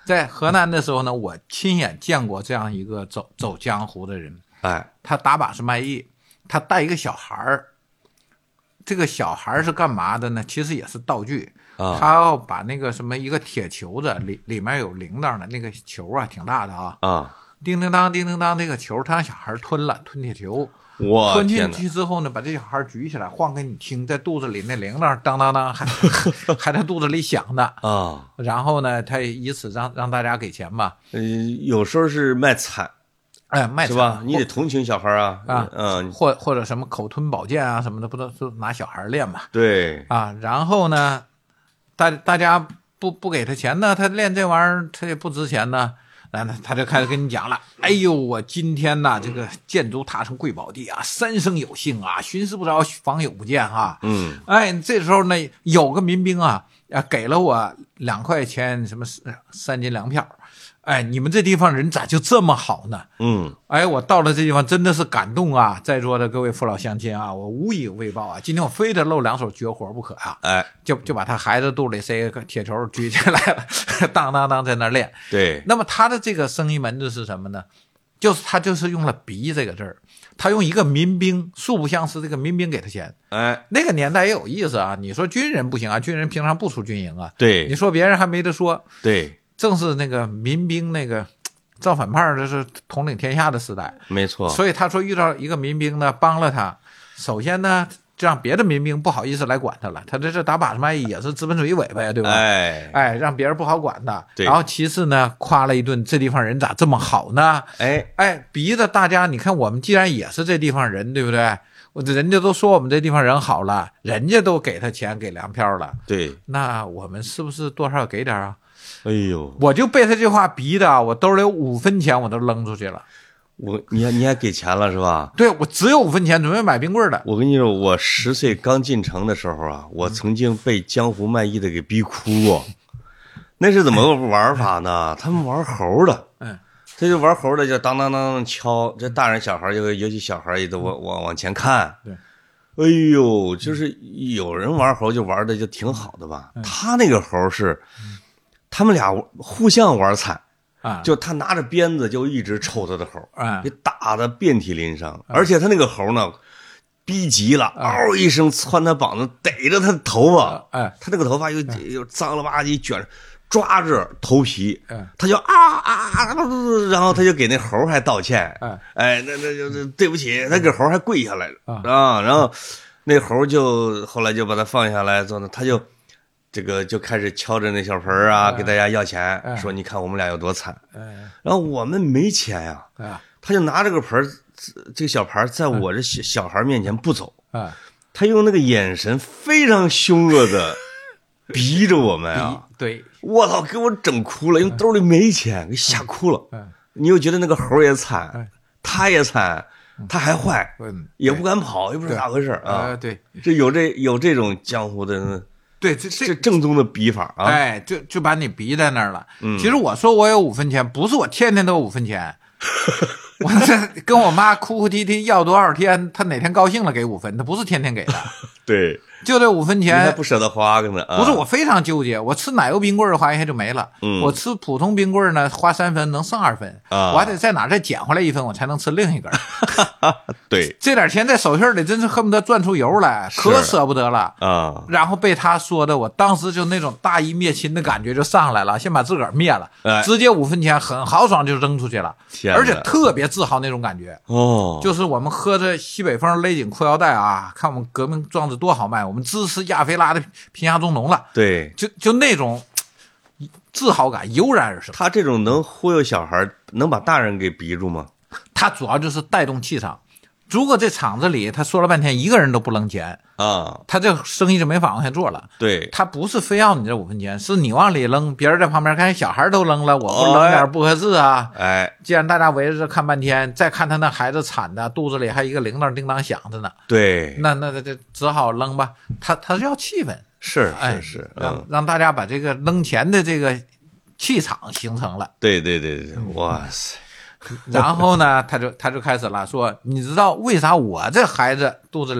在河南的时候呢，我亲眼见过这样一个走走江湖的人。 哎， 他打把式卖艺，他带一个小孩儿。这个小孩是干嘛的呢？其实也是道具。 啊、 他要把那个什么一个铁球子里里面有铃铛的那个球啊，挺大的啊。 啊， 叮叮当叮叮当，这个球他让小孩吞了，吞铁球。 我吞进去之后呢，把这小孩举起来晃给你听，在肚子里那铃铛当当当还还在肚子里响的啊。 然后呢，他以此让让大家给钱吧。 呃，有时候是卖惨。 哎，卖是吧？你得同情小孩啊， 啊， 嗯， 或或者什么口吞宝剑啊什么的，不都都拿小孩练嘛？ 对啊，然后呢，大大家不不给他钱呢，他练这玩意儿他也不值钱呢，然后他就开始跟你讲了，哎呦，我今天呐这个建筑踏成贵宝地啊，三生有幸啊，寻思不着，访友不见啊， 嗯， 哎，这时候呢有个民兵啊，啊给了我两块钱，什么三斤粮票。哎，你们这地方人咋就这么好呢？ 嗯， 哎，我到了这地方真的是感动啊！在座的各位父老乡亲啊，我无以为报啊！今天我非得露两手绝活不可啊！ 哎， 就就把他孩子肚里塞个铁球举起来了，当当当在那练。 对， 那么他的这个生意门子是什么呢？就是他就是用了逼这个字儿，他用一个民兵素不相识这个民兵给他钱。 哎， 那个年代也有意思啊！你说军人不行啊，军人平常不出军营啊。 对， 你说别人还没得说。 对。 正是那个民兵那个造反派，这是统领天下的时代， 没错。 所以他说遇到一个民兵呢，帮了他，首先呢，这让别的民兵不好意思来管他了，他这是打把式卖艺也是资本主义尾巴呀，对吧？ 哎哎，让别人不好管他。然后其次呢，夸了一顿这地方人咋这么好呢？ 哎哎，逼着大家，你看我们既然也是这地方人，对不对？人家都说我们这地方人好了，人家都给他钱给粮票了， 对， 那我们是不是多少给点啊？ 哎呦， 我就被他这话逼的，我兜里有五分钱我都扔出去了。 我你还你还给钱了是吧？ 对，我只有五分钱，准备买冰棍的。 我跟你说，我十岁刚进城的时候啊，我曾经被江湖卖艺的给逼哭过。那是怎么个玩法呢？他们玩猴的， 嗯， 这就玩猴的，就当当当敲，这大人小孩就尤其小孩也都往往往前看。 对， 哎呦，就是有人玩猴就玩的就挺好的吧？ 嗯、 他那个猴是。他们俩互相玩惨啊！ 就他拿着鞭子就一直抽他的猴， 啊， 给打得遍体鳞伤。而且他那个猴呢，逼急了，嗷一声窜他膀子，逮着他的头发， 哎， 他那个头发又又脏了吧唧卷，抓着头皮， 嗯， 他就啊啊，然后他就给那猴还道歉， 哎， 哎，那那就对不起，他给猴还跪下来了啊，然后那猴就后来就把他放下来，做呢，他就。这个就开始敲着那小盆啊，给大家要钱，说你看我们俩有多惨。然后我们没钱呀，他就拿这个盆，这个小盘在我这小小孩面前不走，他用那个眼神非常凶恶的逼着我们啊。 对， 我操，给我整哭了，因为兜里没钱，给吓哭了。你又觉得那个猴也惨，他也惨。他还坏，也不敢跑，也不知道咋回事啊。 对， 这有这有这种江湖的。 对，这这正宗的逼法啊！ 哎，就就把你逼在那儿了。 嗯， 其实我说我有五分钱，不是我天天都有五分钱，我这跟我妈哭哭啼啼要多少天，她哪天高兴了给五分，她不是天天给的。 对， 就这五分钱， 你还不舍得花呢、啊？ 不是，我非常纠结。我吃奶油冰棍花一下就没了， 嗯， 我吃普通冰棍呢，花三分能剩二分， 啊， 我还得在哪再捡回来一分，我才能吃另一根。 对， 这点钱在手心里真是恨不得赚出油来，可舍不得了啊。 然后被他说的，我当时就那种大义灭亲的感觉就上来了，先把自个儿灭了， 哎、 直接五分钱很豪爽就扔出去了，而且特别自豪那种感觉。 哦， 就是我们喝着西北风勒紧裤腰带啊，看我们革命壮志多豪迈，我们支持亚非拉的贫下中农了。 对， 就就那种自豪感油然而生。 他这种能忽悠小孩，能把大人给逼住吗？ 他主要就是带动气场。如果这厂子里他说了半天一个人都不扔钱啊， 他这生意就没法往下做了。 对， 他不是非要你这五分钱，是你往里扔，别人在旁边看小孩都扔了，我不扔点不合适啊。 哎， 既然大家围着看半天，再看他那孩子惨的，肚子里还一个铃铛叮当响着呢。 对， 那那那这只好扔吧。他他是要气氛， 是是是， 让、嗯、让大家把这个扔钱的这个气场形成了。 对对对对，哇塞！ 然后呢，他就他就开始了，说你知道为啥我这孩子肚子里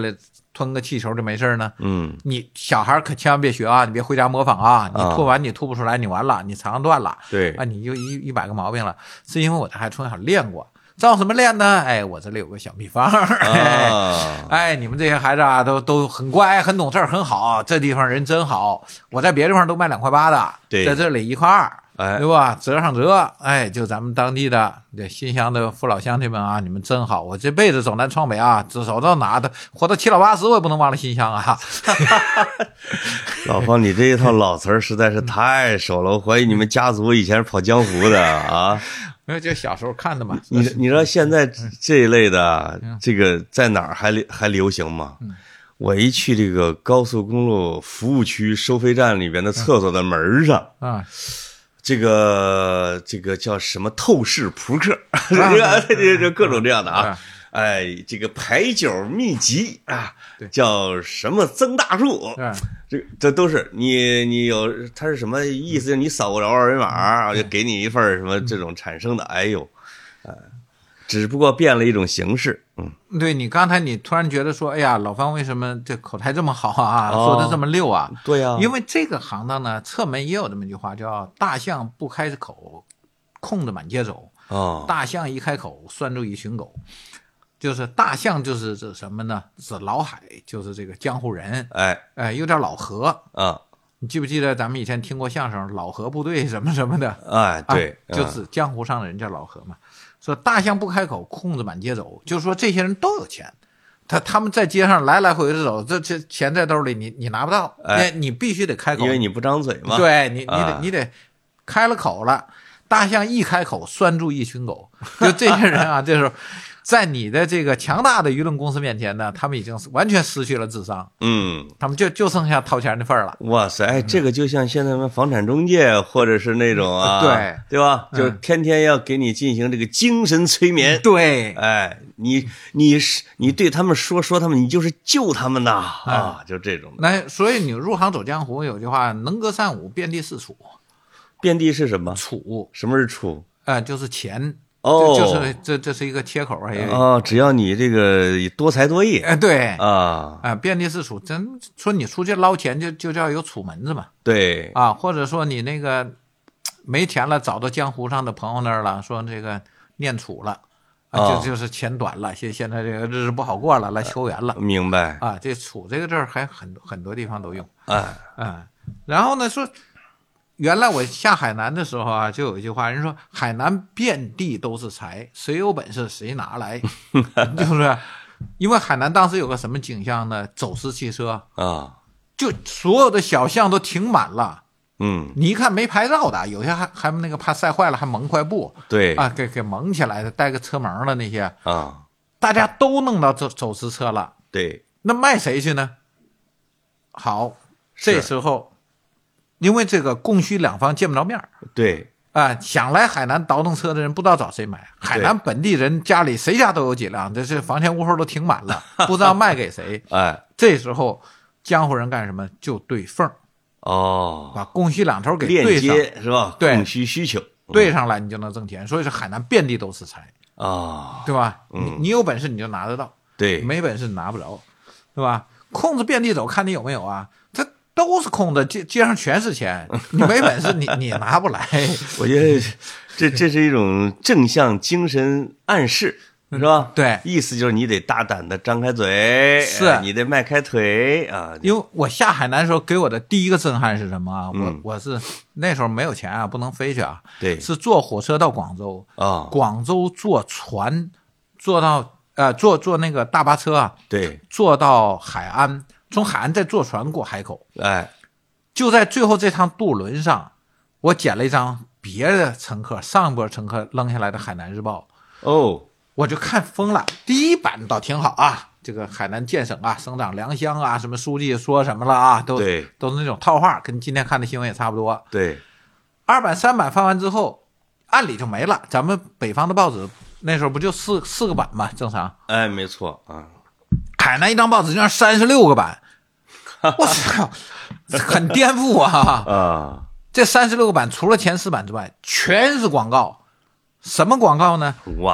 吞个气球就没事呢？ 嗯， 你小孩可千万别学啊，你别回家模仿啊，你吐完你吐不出来，你完了，你肠断了， 对啊，你就一一百个毛病了。是因为我这还从小练过。照什么练呢？哎，我这里有个小秘方。啊、哎，你们这些孩子啊，都都很乖，很懂事，很好。这地方人真好。我在别的地方都卖两块八的， 对， 在这里一块二， 哎， 对吧？折上折，哎，就咱们当地的这新乡的父老乡亲们啊，你们真好。我这辈子走南闯北啊，走到哪的，活到七老八十，我也不能忘了新乡啊。 老方，你这一套老词儿实在是太熟了，我怀疑你们家族以前是跑江湖的啊。 因为就小时候看的嘛。 你你知道现在这一类的这个在哪儿还还流行吗？我一去这个高速公路服务区收费站里边的厕所的门上啊，这个这个叫什么透视扑克，这个这这各种这样的啊。哎，这个牌九秘籍啊，叫什么增大术？这这都是你你有，它是什么意思？你扫个二维码，就给你一份什么这种产生的。哎呦，呃，只不过变了一种形式。嗯， 对，你刚才你突然觉得说，哎呀，老方为什么这口才这么好啊，哦、说的这么溜啊？ 对呀、啊， 因为这个行当呢，侧门也有这么一句话，叫大象不开口，空着满街走。 哦， 大象一开口，拴住一群狗。就是大象就是指什么呢？是老海，就是这个江湖人， 哎哎，又叫老何啊。 你记不记得咱们以前听过相声老何部队什么什么的？ 哎，对， 啊、就是江湖上的人叫老何嘛。说大象不开口，空着满街走，就是说这些人都有钱，他他们在街上来来回回的走，这这钱在兜里你你拿不到， 哎， 你必须得开口， 因为你不张嘴嘛。 对你你得、 啊、 你得开了口了，大象一开口，拴住一群狗，就这些人啊，这时候。在你的这个强大的舆论公司面前呢，他们已经完全失去了智商， 嗯， 他们就就剩下掏钱的份儿了。 哇塞，哎，这个就像现在们房产中介或者是那种啊， 对对吧？就天天要给你进行这个精神催眠。 嗯、对， 哎，你你是你对他们说说他们，你就是救他们呐啊，啊就这种。 那所以你入行走江湖有句话，能歌善舞，遍地是楚。 遍地是什么？ 楚。 什么是楚？ 啊、呃，就是钱。 哦， 就是这这是一个切口啊！ 哦，只要你这个多才多艺， 哎，对啊啊、 呃，遍地是楚。真说你出去捞钱就就叫有楚门子嘛。 对啊，或者说你那个没钱了，找到江湖上的朋友那儿了，说这个念楚了，啊， 哦、 就就是钱短了，现现在这个日子不好过了，来求援了。 明白啊，这楚这个字儿还很很多地方都用。 哎啊，然后呢说。原来我下海南的时候啊，就有一句话，人说海南遍地都是财，谁有本事谁拿来，就是因为海南当时有个什么景象呢？走私汽车啊， 就所有的小巷都停满了。 嗯， 你一看没牌照的，有些还还那个怕晒坏了，还蒙块布， 对啊，给给蒙起来的，带个车门的那些啊， 大家都弄到走走私车了。 对， 那卖谁去呢？好，这时候。因为这个供需两方见不着面， 对啊，想来海南倒腾车的人不知道找谁买，海南本地人家里谁家都有几辆，这是房前屋后都停满了，不知道卖给谁。 哎， 这时候江湖人干什么？就对缝， 哦， 把供需两头给对上， 链接是吧？ 对， 供需需求对上来，你就能挣钱。所以说海南遍地都是财啊、哦， 对吧？ 嗯、 你你有本事你就拿得到， 对， 没本事你拿不着，对吧？空子遍地走，看你有没有啊？他。都是空的，街街上全是钱，你没本事你你拿不来。 我觉得这这是一种正向精神暗示，是吧？ 对， 意思就是你得大胆的张开嘴， 是、 呃、你得迈开腿啊。 因为我下海南的时候给我的第一个震撼是什么啊？ 嗯、 我我是那时候没有钱啊，不能飞去啊， 对， 是坐火车到广州啊、哦， 广州坐船坐到呃坐坐那个大巴车啊， 对， 坐到海安。从海岸再坐船过海口， 哎， 就在最后这趟渡轮上，我捡了一张别的乘客上一波乘客扔下来的《海南日报》， 哦， 我就看疯了。第一版倒挺好啊，这个海南建省啊，省长梁湘啊，什么书记说什么了啊，都对， 都是那种套话，跟今天看的新闻也差不多。 对， 二版、三版发完之后，按理就没了。咱们北方的报纸那时候不就四四个版嘛，正常。 哎，没错啊。 海南一张报纸竟然三十六个版，我操，很颠覆啊！ 啊， 这三十六个版除了前四版之外，全是广告。什么广告呢？ 哇，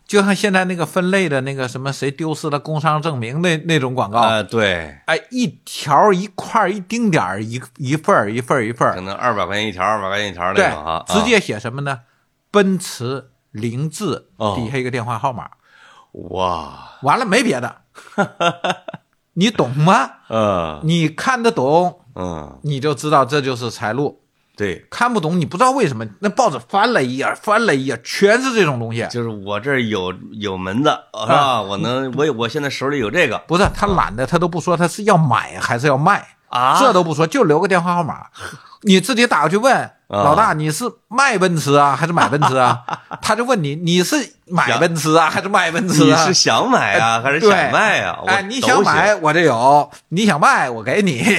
就像现在那个分类的那个什么谁丢失了工伤证明那那种广告啊、 呃，对， 哎，一条一块一丁点儿一一份儿一份儿一份儿， 可能二百块钱一条，二百块钱一条那种哈， 直接写什么呢？奔驰凌志底下一个电话号码。 哇， 完了没别的，你懂吗？ 嗯， 你看得懂， 嗯， 你就知道这就是财路。 对， 看不懂你不知道为什么，那报纸翻了一页翻了一页全是这种东西。 就是我这儿有有门子是吧、啊？我能我我现在手里有这个。 不是他懒的，他都不说他是要买还是要卖啊， 这都不说，就留个电话号码，你自己打过去问、啊、老大你是卖奔驰啊还是买奔驰啊？他就问你你是买奔驰啊还是卖奔驰啊？ 你是想买啊还是想卖啊？ 哎，你想买我这有，你想卖我给你。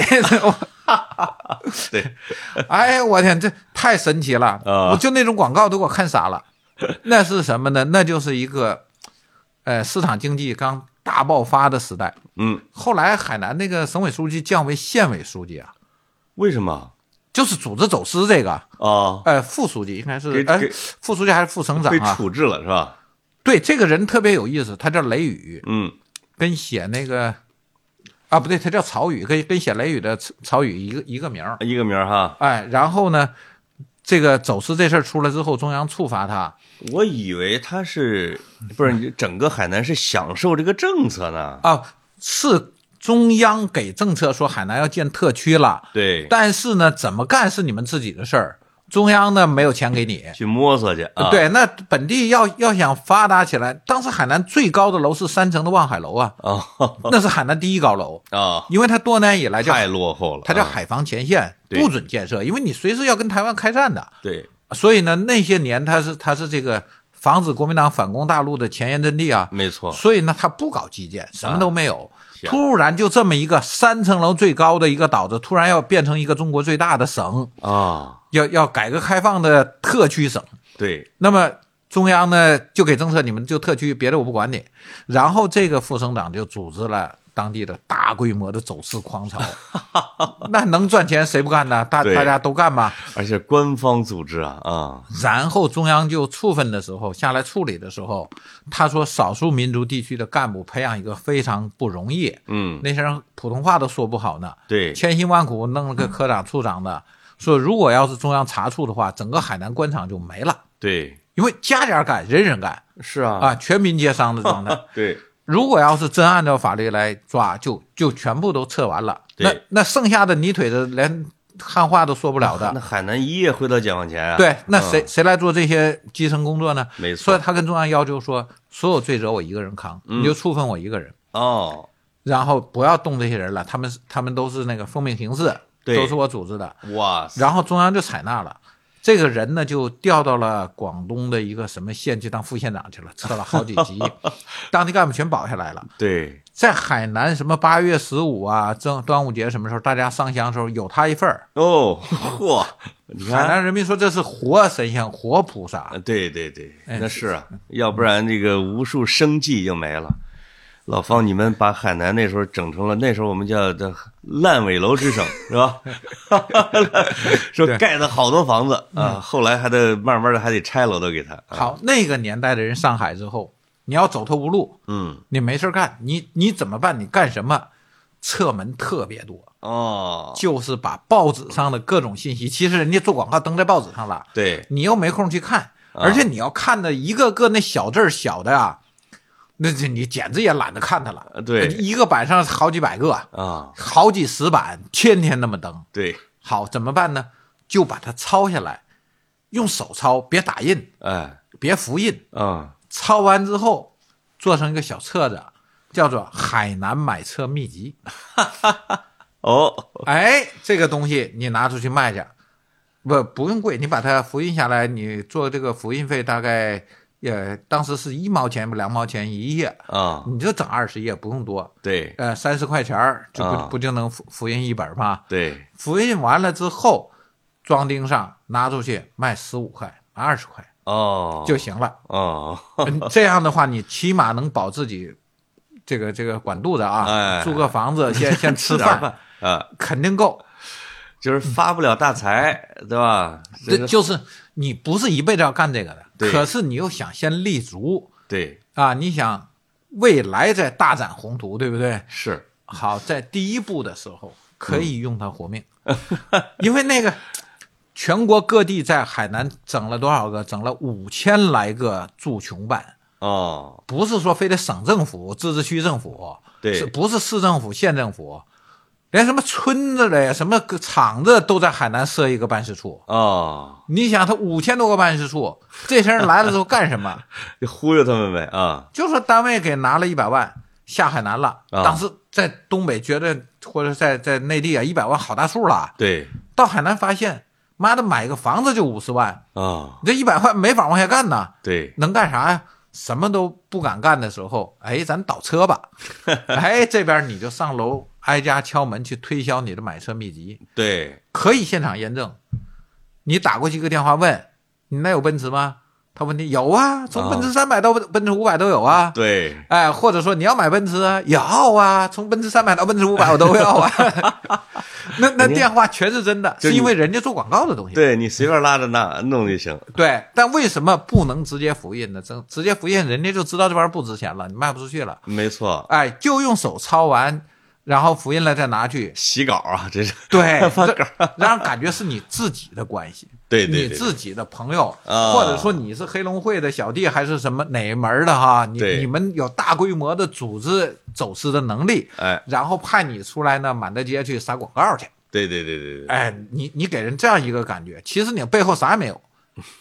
对， 哎，我天，这太神奇了！ 啊、 我就那种广告都给我看傻了。那是什么呢？那就是一个，呃，市场经济刚大爆发的时代。 嗯， 后来海南那个省委书记降为县委书记啊？ 为什么？ 就是组织走私这个啊， 哦、 呃，副书记应该是，哎，副书记还是副省长啊？ 被处置了是吧？ 对，这个人特别有意思，他叫雷雨， 嗯， 跟写那个。啊，不对，他叫曹禺，跟跟写雷雨的曹禺一个一个名儿， 一个名儿哈。 哎，然后呢，这个走私这事儿出来之后，中央处罚他。 我以为他是不是你整个海南是享受这个政策呢？ 啊，是中央给政策说海南要建特区了， 对。 但是呢，怎么干是你们自己的事儿。中央呢没有钱给你去摸索去啊！ 对，那本地要要想发达起来，当时海南最高的楼是三层的望海楼啊， 哦、 那是海南第一高楼啊、哦， 因为它多年以来叫太落后了， 它叫海防前线， 嗯、 不准建设，因为你随时要跟台湾开战的。 对， 所以呢，那些年它是它是这个防止国民党反攻大陆的前沿阵地啊， 没错。 所以呢，它不搞基建，什么都没有。 啊突然就这么一个三层楼最高的一个岛子，突然要变成一个中国最大的省啊、哦， 要要改革开放的特区省。 对， 那么中央呢就给政策，你们就特区，别的我不管你。然后这个副省长就组织了当地的大规模的走私狂潮，那能赚钱谁不干呢？大大家都干嘛？ 而且官方组织啊啊！ 然后中央就处分的时候，下来处理的时候，他说少数民族地区的干部培养一个非常不容易， 嗯， 那些人普通话都说不好呢， 对， 千辛万苦弄了个科长、处长的，说如果要是中央查处的话，整个海南官场就没了， 对， 因为家家干，人人干， 是啊， 啊，全民皆伤的状态， 对。 如果要是真按照法律来抓，就就全部都撤完了。那那剩下的泥腿子连汉话都说不了的， 那海南一夜回到解放前啊！ 对，那谁、 嗯、 谁来做这些基层工作呢？ 没错。 所以他跟中央要求说，所有罪责我一个人扛， 嗯、 你就处分我一个人哦， 然后不要动这些人了，他们他们都是那个奉命行事，都是我组织的。 哇！ 然后中央就采纳了。这个人呢，就调到了广东的一个什么县去当副县长去了，撤了好几级，当地干部全保下来了。 对， 在海南什么八月十五啊，正端午节什么时候，大家上香的时候有他一份儿哦，嚯！你看， 海南人民说这是活神仙、活菩萨。 对对对，那是啊，要不然这个无数生计就没了。老方，你们把海南那时候整成了，那时候我们叫的烂尾楼之省，是吧？说盖的好多房子啊、嗯，后来还得慢慢的还得拆楼都给他。 好，那个年代的人上海之后，你要走投无路， 嗯， 你没事干，你你怎么办？你干什么？侧门特别多哦， 就是把报纸上的各种信息，其实人家做广告登在报纸上了， 对， 你又没空去看，而且你要看的一个个那小字小的啊。那这你简直也懒得看它了， 对， 一个版上好几百个啊， 好几十版，天天那么登。 对， 好怎么办呢？就把它抄下来，用手抄，别打印， 哎， 别复印， 啊、嗯， 抄完之后做成一个小册子，叫做《海南买车秘籍》。 哦， 哎，这个东西你拿出去卖去，不不用贵，你把它复印下来，你做这个复印费大概。也当时是一毛钱两毛钱一页啊， 你就整二十页不用多， 对， 呃三十块钱就不、 啊、 不就能复复印一本吗？ 对， 复印完了之后装订上拿出去卖十五块二十块哦就行了哦、 嗯，这样的话你起码能保自己这个这个管肚子啊， 哎、 租个房子先先吃饭啊， 肯定够。 就是发不了大财，对吧？ 这就是你不是一辈子要干这个的， 对， 可是你又想先立足， 对， 啊，你想未来在大展宏图，对不对？ 是。 好，在第一步的时候可以用它活命，嗯、因为那个全国各地在海南整了多少个？整了五千来个驻琼办。 哦， 不是说非得省政府、自治区政府， 对， 是不是市政府、县政府，连什么村子的、什么厂子都在海南设一个办事处。 哦， 你想，他五千多个办事处，这些人来了之后干什么？ 就忽悠他们呗啊！ 就说单位给拿了一百万下海南了， 啊、 当时在东北觉得，或者在在内地啊，一百万好大数了。 对， 到海南发现，妈的，买个房子就五十万啊！ 你这一百万没法往下干呐。 对， 能干啥呀？什么都不敢干的时候，哎，咱倒车吧。哎，这边你就上楼挨家敲门去推销你的买车秘籍。 对， 可以现场验证。你打过去一个电话问你那有奔驰吗？他问你有啊，从奔驰三百到奔驰五百都有啊。 对， 哎，或者说你要买奔驰啊，要啊，从奔驰三百到奔驰五百我都要啊。那那电话全是真的，是因为人家做广告的东西。 对，你随便拉着那弄就行。 对，但为什么不能直接复印呢？直直接复印，人家就知道这玩意儿不值钱了，你卖不出去了。 没错。 哎，就用手抄完，然后复印了再拿去洗稿啊，这是对，让人感觉是你自己的关系。 对对对， 你自己的朋友， 啊、 或者说你是黑龙会的小弟，还是什么哪门的哈？你你们有大规模的组织走私的能力， 哎， 然后派你出来呢，满大街去撒广告去。 对对对对对， 哎，你你给人这样一个感觉，其实你背后啥也没有。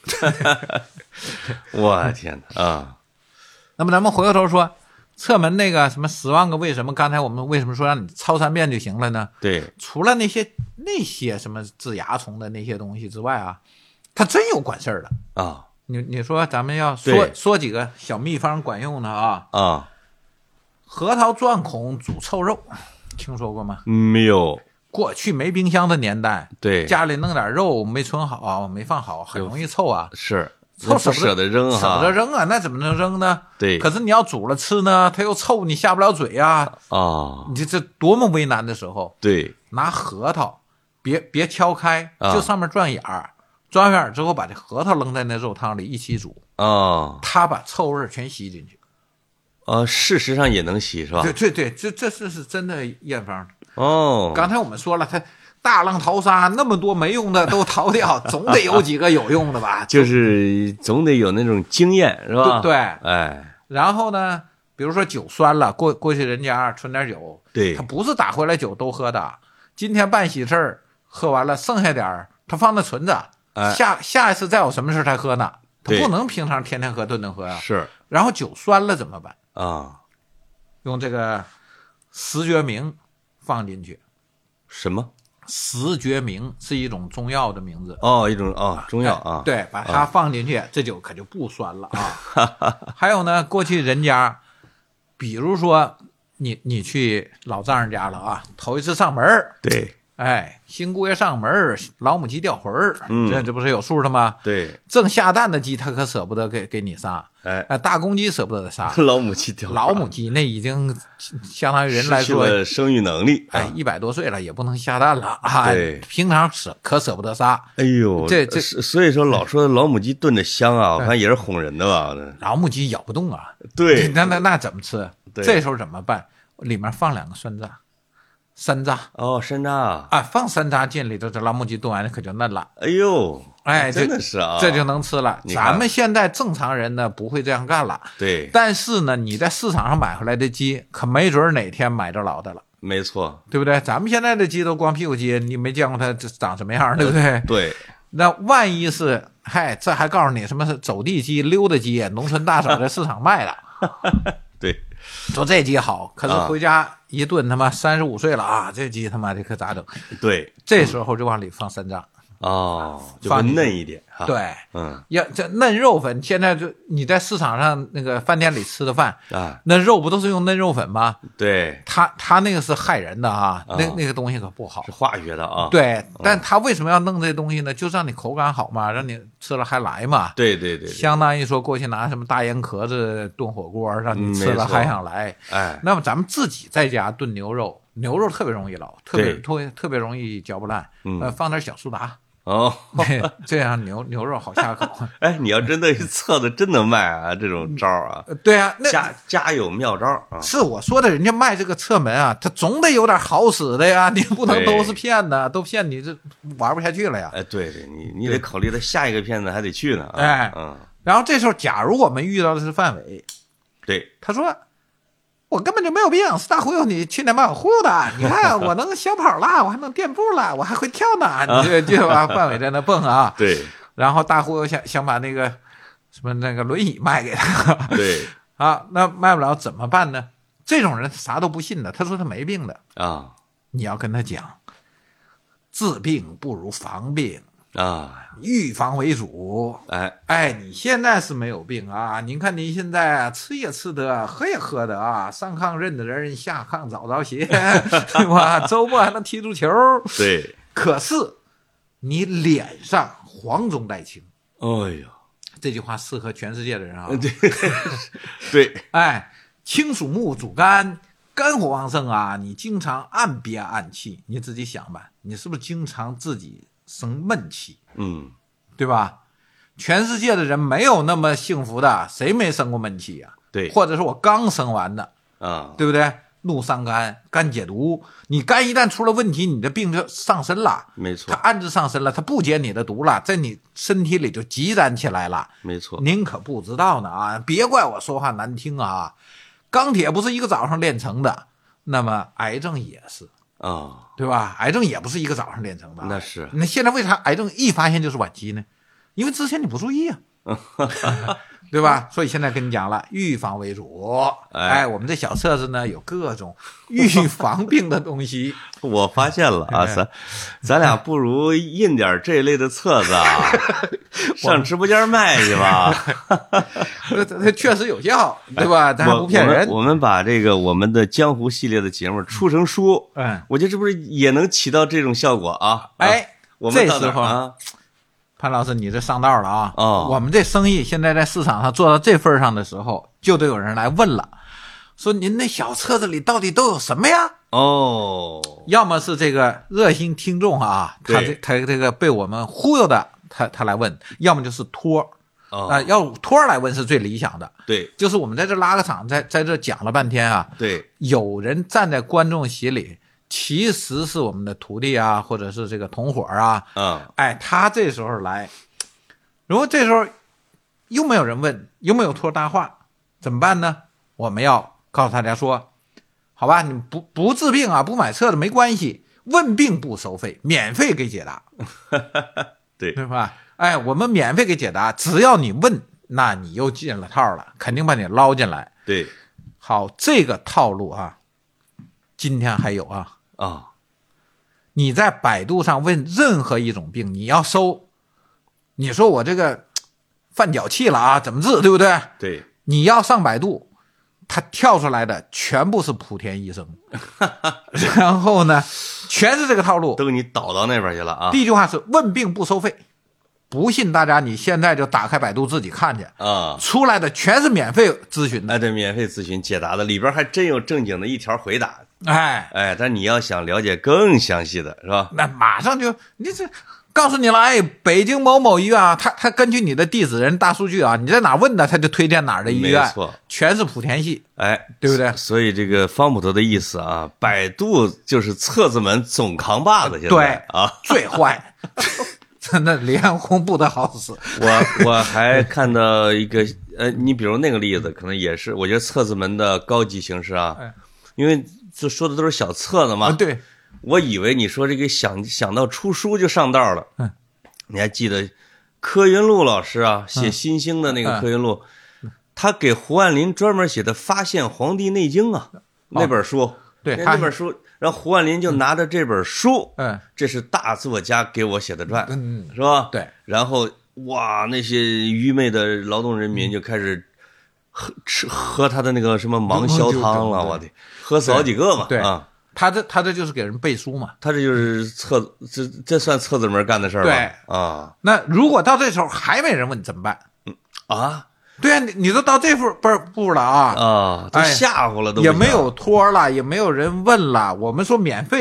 我天哪啊！ 那么咱们回过头说，侧门那个什么十万个为什么，刚才我们为什么说让你抄三遍就行了呢？ 对， 除了那些那些什么治蚜虫的那些东西之外啊，它真有管事儿的啊。 你你说咱们要说说几个小秘方管用的啊啊， 核桃钻孔煮臭肉，听说过吗？ 没有。 过去没冰箱的年代， 对， 家里弄点肉没存好，没放好，很容易臭啊。 是， 臭舍不舍得扔哈， 舍不得扔啊，那怎么能扔呢？ 对， 可是你要煮了吃呢，它又臭，你下不了嘴啊。 啊、哦， 你这这多么为难的时候。 对， 拿核桃，别别敲开， 啊、 就上面钻眼儿，钻眼儿之后把这核桃扔在那肉汤里一起煮啊、哦， 它把臭味全吸进去。 呃，事实上也能洗是吧？ 对对对，这这是是真的验方。 哦， 刚才我们说了，它大浪淘沙，那么多没用的都淘掉，总得有几个有用的吧？ 就是总得有那种经验是吧？ 对， 哎， 然后呢，比如说酒酸了，过过去人家存点酒， 对， 他不是打回来酒都喝的，今天办喜事儿喝完了，剩下点儿他放那存着， 哎、 下下一次再有什么事才喝呢？他不能平常天天喝顿顿喝呀、啊。 是， 然后酒酸了怎么办啊？ 用这个石决明放进去。 什么？ 石决明是一种中药的名字哦，一种哦中药啊、 哎。对，把它放进去，啊、这酒可就不酸了啊。还有呢，过去人家，比如说你你去老丈人家了啊，头一次上门， 对， 哎，新姑爷上门，老母鸡掉魂儿， 嗯， 这这不是有数的吗？ 对， 正下蛋的鸡他可舍不得给给你杀， 哎， 呃，大公鸡舍不得杀， 老母鸡掉， 老母鸡那已经相当于人来说失去了生育能力， 哎，一百多岁了也不能下蛋了啊， 对， 平常舍可舍不得杀。 哎呦， 这这所以说老说老母鸡炖的香啊，我看也是哄人的吧？ 老母鸡咬不动啊， 对， 那那那怎么吃？ 对， 这时候怎么办？里面放两个山楂。山楂哦，山楂啊， 啊，放山楂进里头，这老母鸡炖完了可就嫩了。 哎呦， 哎， 真的是啊， 这就能吃了。咱们现在正常人呢不会这样干了。 对， 但是呢，你在市场上买回来的鸡，可没准哪天买着老的了。 没错， 对不对？咱们现在的鸡都光屁股鸡，你没见过它长什么样，对不对？ 对。 那万一是，嗨，这还告诉你什么是走地鸡、溜达鸡，农村大嫂在市场卖的。 对。 说这鸡好，可是回家一炖，他妈三十五岁了啊，这鸡他妈这可咋整？ 对， 这时候就往里放山楂哦，就会嫩一点哈。 对， 嗯， 要这嫩肉粉，现在就你在市场上那个饭店里吃的饭啊， 那肉不都是用嫩肉粉吗？ 对， 他他那个是害人的啊， 啊那那个东西可不好， 是化学的啊。 对，但他为什么要弄这东西呢？就让你口感好嘛，让你吃了还来嘛。 对对 对, 对， 相当于说过去拿什么大烟壳子炖火锅，让你吃了还想来。 哎， 那么咱们自己在家炖牛肉，牛肉特别容易老，特别特别特别容易嚼不烂。 嗯， 呃，放点小苏打。 哦， 这样牛牛肉好下口。 哎，你要真的册子真能卖啊，这种招啊， 对啊，那家家有妙招啊。 是我说的，人家卖这个侧门啊，他总得有点好使的呀，你不能都是骗的，都骗你这玩不下去了呀。 哎，对对，你你得考虑到下一个骗子还得去呢、啊。 哎， 嗯。 然后这时候，假如我们遇到的是范伟， 对， 他说。我根本就没有病，是大忽悠你去年把我忽悠的。你看我能小跑了，我还能垫步了，我还会跳呢。你这就把范伟在那蹦啊。 对。 然后大忽悠想想把那个什么那个轮椅卖给他。 对。 啊，那卖不了怎么办呢？这种人啥都不信的，他说他没病的啊。 你要跟他讲，治病不如防病。 啊， 预防为主。 哎哎，你现在是没有病啊？您看您现在吃也吃的，喝也喝的啊，上炕认的人，下炕早着鞋，对吧？周末还能踢足球。 对。 可是你脸上黄中带青。 哎呦， 这句话适合全世界的人啊。 对。对。 哎，青属木，主肝，肝火旺盛啊，你经常暗憋暗气，你自己想吧，你是不是经常自己生闷气？ 嗯， 对吧？全世界的人没有那么幸福的，谁没生过闷气呀、啊？ 对， 或者是我刚生完的啊， 对不对？怒伤肝，肝解毒，你肝一旦出了问题，你的病就上身了。 没错， 它暗自上身了，它不解你的毒了，在你身体里就积攒起来了。 没错， 您可不知道呢啊！别怪我说话难听啊！钢铁不是一个早上炼成的，那么癌症也是。 啊、哦， 对吧？癌症也不是一个早上炼成的。 那是。 那现在为啥癌症一发现就是晚期呢？因为之前你不注意啊，对吧？所以现在跟你讲了，预防为主。哎, 哎，我们这小册子呢有各种预防病的东西。 我发现了啊，咱咱俩不如印点这一类的册子啊，上直播间卖去吧。 它确实有效，对吧？咱还不骗人。 我们, 我们把这个我们的江湖系列的节目出成书， 嗯， 我觉得这不是也能起到这种效果啊？ 哎， 啊、我们这时候啊。 潘老师，你这上道了啊！ 哦， 我们这生意现在在市场上做到这份上的时候，就得有人来问了，说您那小册子里到底都有什么呀？ 哦， 要么是这个热心听众啊，他这他这个被我们忽悠的，他他来问；要么就是托啊、 哦呃，要托来问是最理想的。 对， 就是我们在这拉个场，在在这讲了半天啊， 对， 有人站在观众席里。其实是我们的徒弟啊，或者是这个同伙啊， 嗯， 哎，他这时候来，如果这时候又没有人问，又没有托大话，怎么办呢？我们要告诉大家说，好吧，你不不治病啊，不买册子没关系，问病不收费，免费给解答， 对， 对吧？哎，我们免费给解答，只要你问，那你又进了套了，肯定把你捞进来。 对， 好，这个套路啊，今天还有啊。 啊、哦， 你在百度上问任何一种病，你要搜，你说我这个犯脚气了啊，怎么治，对不对？ 对， 你要上百度，它跳出来的全部是莆田医生，然后呢，全是这个套路， 都给你导到那边去了啊。 第一句话是问病不收费，不信大家你现在就打开百度自己看去啊， 出来的全是免费咨询的， 哎，对，免费咨询解答的，里边还真有正经的一条回答。 哎哎，但你要想了解更详细的是吧？ 那马上就你这告诉你了，哎，北京某某医院啊，他他根据你的地址人大数据啊，你在哪问的，他就推荐哪儿的医院， 没错， 全是莆田系， 哎， 对不对？ 所以这个方捕头的意思啊，百度就是册子门总扛把子，现在对啊， 最坏，真的脸红不得好死。 我我还看到一个呃，你比如那个例子，可能也是我觉得册子门的高级形式啊， 哎、 因为就说的都是小册子嘛， 啊、对。 我以为你说这个想想到出书就上道了， 嗯， 你还记得柯云路老师啊，写新兴的那个柯云路，嗯、他给胡万林专门写的《发现黄帝内经》啊，哦、那本书， 对， 那本书，然后胡万林就拿着这本书， 嗯， 这是大作家给我写的传， 嗯， 是吧？ 对， 然后哇，那些愚昧的劳动人民就开始喝吃喝他的那个什么芒硝汤了，我的，喝死好几个嘛， 对啊。 他这他这就是给人背书嘛， 他这就是册这这算册子门干的事儿吧？ 对啊， 那如果到这时候还没人问怎么办？ 嗯啊， 对啊，你你都到这步步步了啊啊，都吓唬了，都也没有托了，也没有人问了。我们说免费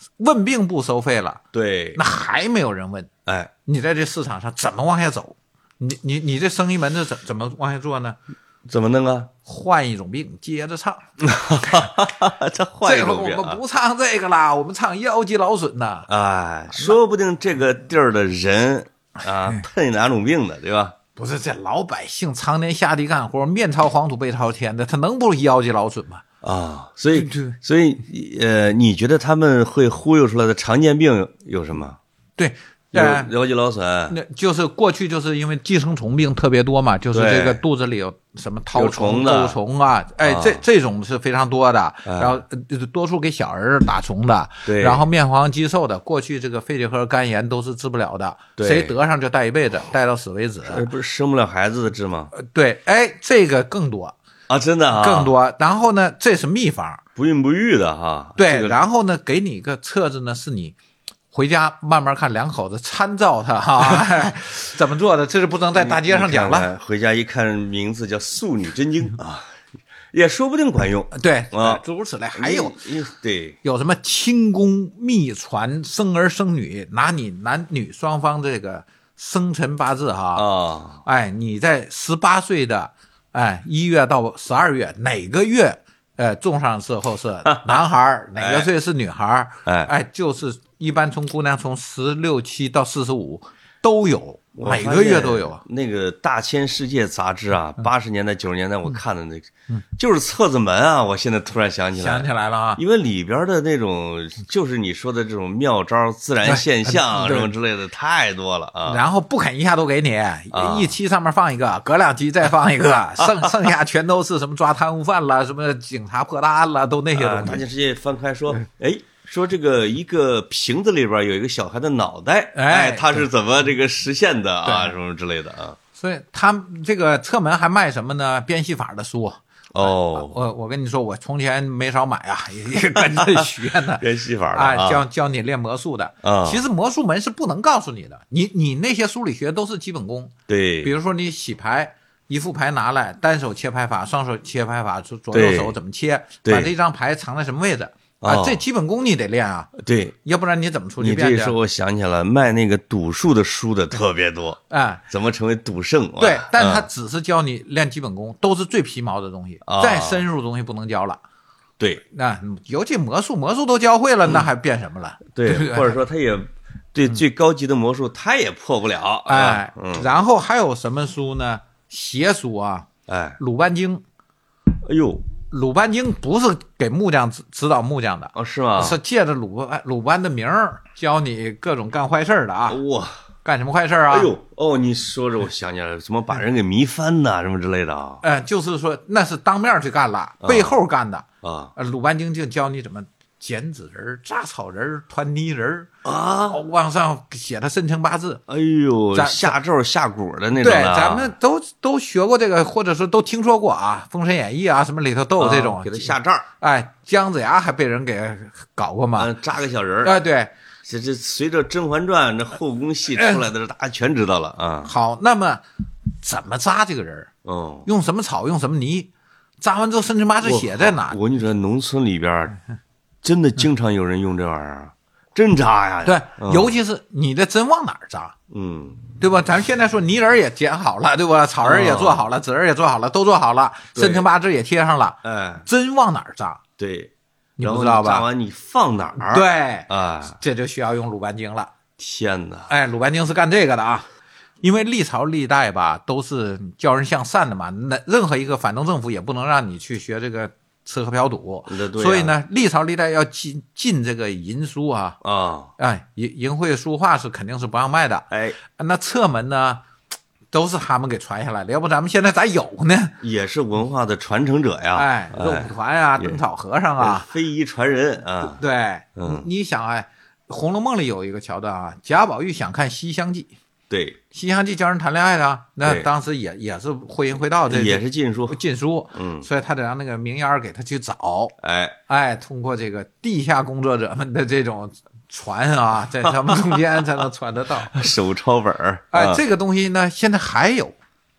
问病不收费了， 对， 那还没有人问， 哎， 你在这市场上怎么往下走？你你你这生意门子怎怎么往下做呢？ 怎么弄啊？ 换一种病接着唱， 这换一种病、啊、 这回我们不唱这个啦，我们唱腰肌劳损呐。 哎，说不定这个地儿的人啊，喷哪种病的，对吧？ 不是，这老百姓常年下地干活，面朝黄土背朝天的，他能不腰肌劳损吗？ 啊，所以所以呃，你觉得他们会忽悠出来的常见病有什么？ 对。 有腰肌劳损， 那就是过去就是因为寄生虫病特别多嘛，就是这个肚子里有什么绦虫、钩虫啊，哎，这这种是非常多的。然后多数给小人打虫的， 对。 然后面黄肌瘦的，过去这个肺结核、肝炎都是治不了的，谁得上就带一辈子，带到死为止。 不是生不了孩子的治吗？ 对，哎，这个更多啊，真的啊， 更多。然后呢，这是秘方， 不孕不育的哈。 对， 这个、 然后呢，给你一个册子呢，是你。回家慢慢看，两口子参照他哈、哎，怎么做的？这是不能在大街上讲了。 看看回家一看，名字叫《素女真经》啊，也说不定管用。 对啊， 诸如此类，还有对， 有什么清宫秘传生儿生女，拿你男女双方这个生辰八字哈啊， 哎，你在十八岁的哎一月到十二月哪个月？呃，种上之后是男孩，哪个岁是女孩？ 哎哎，就是一般从姑娘从十六七到四十五都有，每个月都有。 那个《大千世界》杂志啊，八十年代九十年代我看的那个，嗯、就是册子门啊。我现在突然想起来， 想起来了啊， 因为里边的那种就是你说的这种妙招、自然现象什么之类的太多了啊。 然后不肯一下都给你， 啊、 一期上面放一个，隔两期再放一个，剩剩下全都是什么抓贪污犯了，什么警察破大案了，都那些东西。 啊、大千世界翻开说，哎。说这个一个瓶子里边有一个小孩的脑袋，哎，他是怎么这个实现的啊？什么之类的啊？ 所以他这个侧门还卖什么呢？变戏法的书。 哦， 我我跟你说，我从前没少买啊，也跟着学呢。 变戏法的啊，教教你练魔术的啊。 其实魔术门是不能告诉你的，你你那些书里学都是基本功。 对， 比如说你洗牌。一副牌拿来，单手切牌法，双手切牌法，左右手怎么切，把这张牌藏在什么位置啊？ 哦、 这基本功你得练啊。 对， 要不然你怎么出去变？你这说我想起来，卖那个赌术的书的特别多啊、嗯， 怎么成为赌圣？ 对，但是他只是教你练基本功，嗯、都是最皮毛的东西， 哦、 再深入的东西不能教了。 对， 那尤其魔术，魔术都教会了，嗯、那还变什么了？ 对， 对或者说他也对最高级的魔术他也破不了。 嗯、哎、 嗯， 然后还有什么书呢？邪书啊。 哎， 鲁班经， 哎呦， 鲁班经不是给木匠指指导木匠的哦，是吗？ 是借着鲁鲁班的名儿教你各种干坏事的啊！ 哇， 干什么坏事啊？ 哎呦，哦，你说着我想起来了，怎么把人给迷翻呐，什么之类的啊？ 哎、呃，就是说那是当面去干了，啊、背后干的啊。 鲁班经就教你怎么剪纸人、扎草人、团泥人啊， 往上写他生辰八字。 哎呦，下咒下蛊的那种、 啊。对，咱们都都学过这个，或者说都听说过啊，《封神演义》啊，什么里头都有这种、 啊、给他下咒。 哎，姜子牙还被人给搞过嘛？ 嗯，扎个小人啊、呃，对。 这这随着《甄嬛传》这后宫戏出来的，呃、大家全知道了啊。 好，那么怎么扎这个人？ 哦， 用什么草，用什么泥？扎完之后，生辰八字写在哪？ 我跟你说，农村里边。真的经常有人用这玩意儿，真扎呀！ 对， 嗯、 尤其是你的针往哪儿扎， 嗯， 对吧？咱们现在说泥人也剪好了，对吧？草人也做好了，纸、哦、人也做好了，都做好了，生辰八字也贴上了， 哎， 针往哪儿扎？ 对， 你不知道吧？ 扎完你放哪儿？ 对， 啊， 这就需要用鲁班经了。 天哪！ 哎，鲁班经是干这个的啊。因为历朝历代吧都是教人向善的嘛，那任何一个反动政府也不能让你去学这个。吃喝嫖赌， 啊、 所以呢，历朝历代要禁禁这个淫书啊啊， 哎，淫淫秽书画是肯定是不让卖的， 哎， 那侧门呢，都是他们给传下来的，要不咱们现在咋有呢？ 也是文化的传承者呀， 哎，肉蒲团啊，灯草和尚啊， 非遗传人啊， 对， 嗯， 你想哎，《红楼梦》里有一个桥段啊，贾宝玉想看《西厢记》。 对，《 西厢记》教人谈恋爱的，那当时也也是会淫会道，这也是禁书， 禁书， 嗯， 所以他得让那个明眼给他去找， 哎哎，通过这个地下工作者们的这种传啊，在他们中间才能传得到手抄本儿。 哎，这个东西呢，现在还有，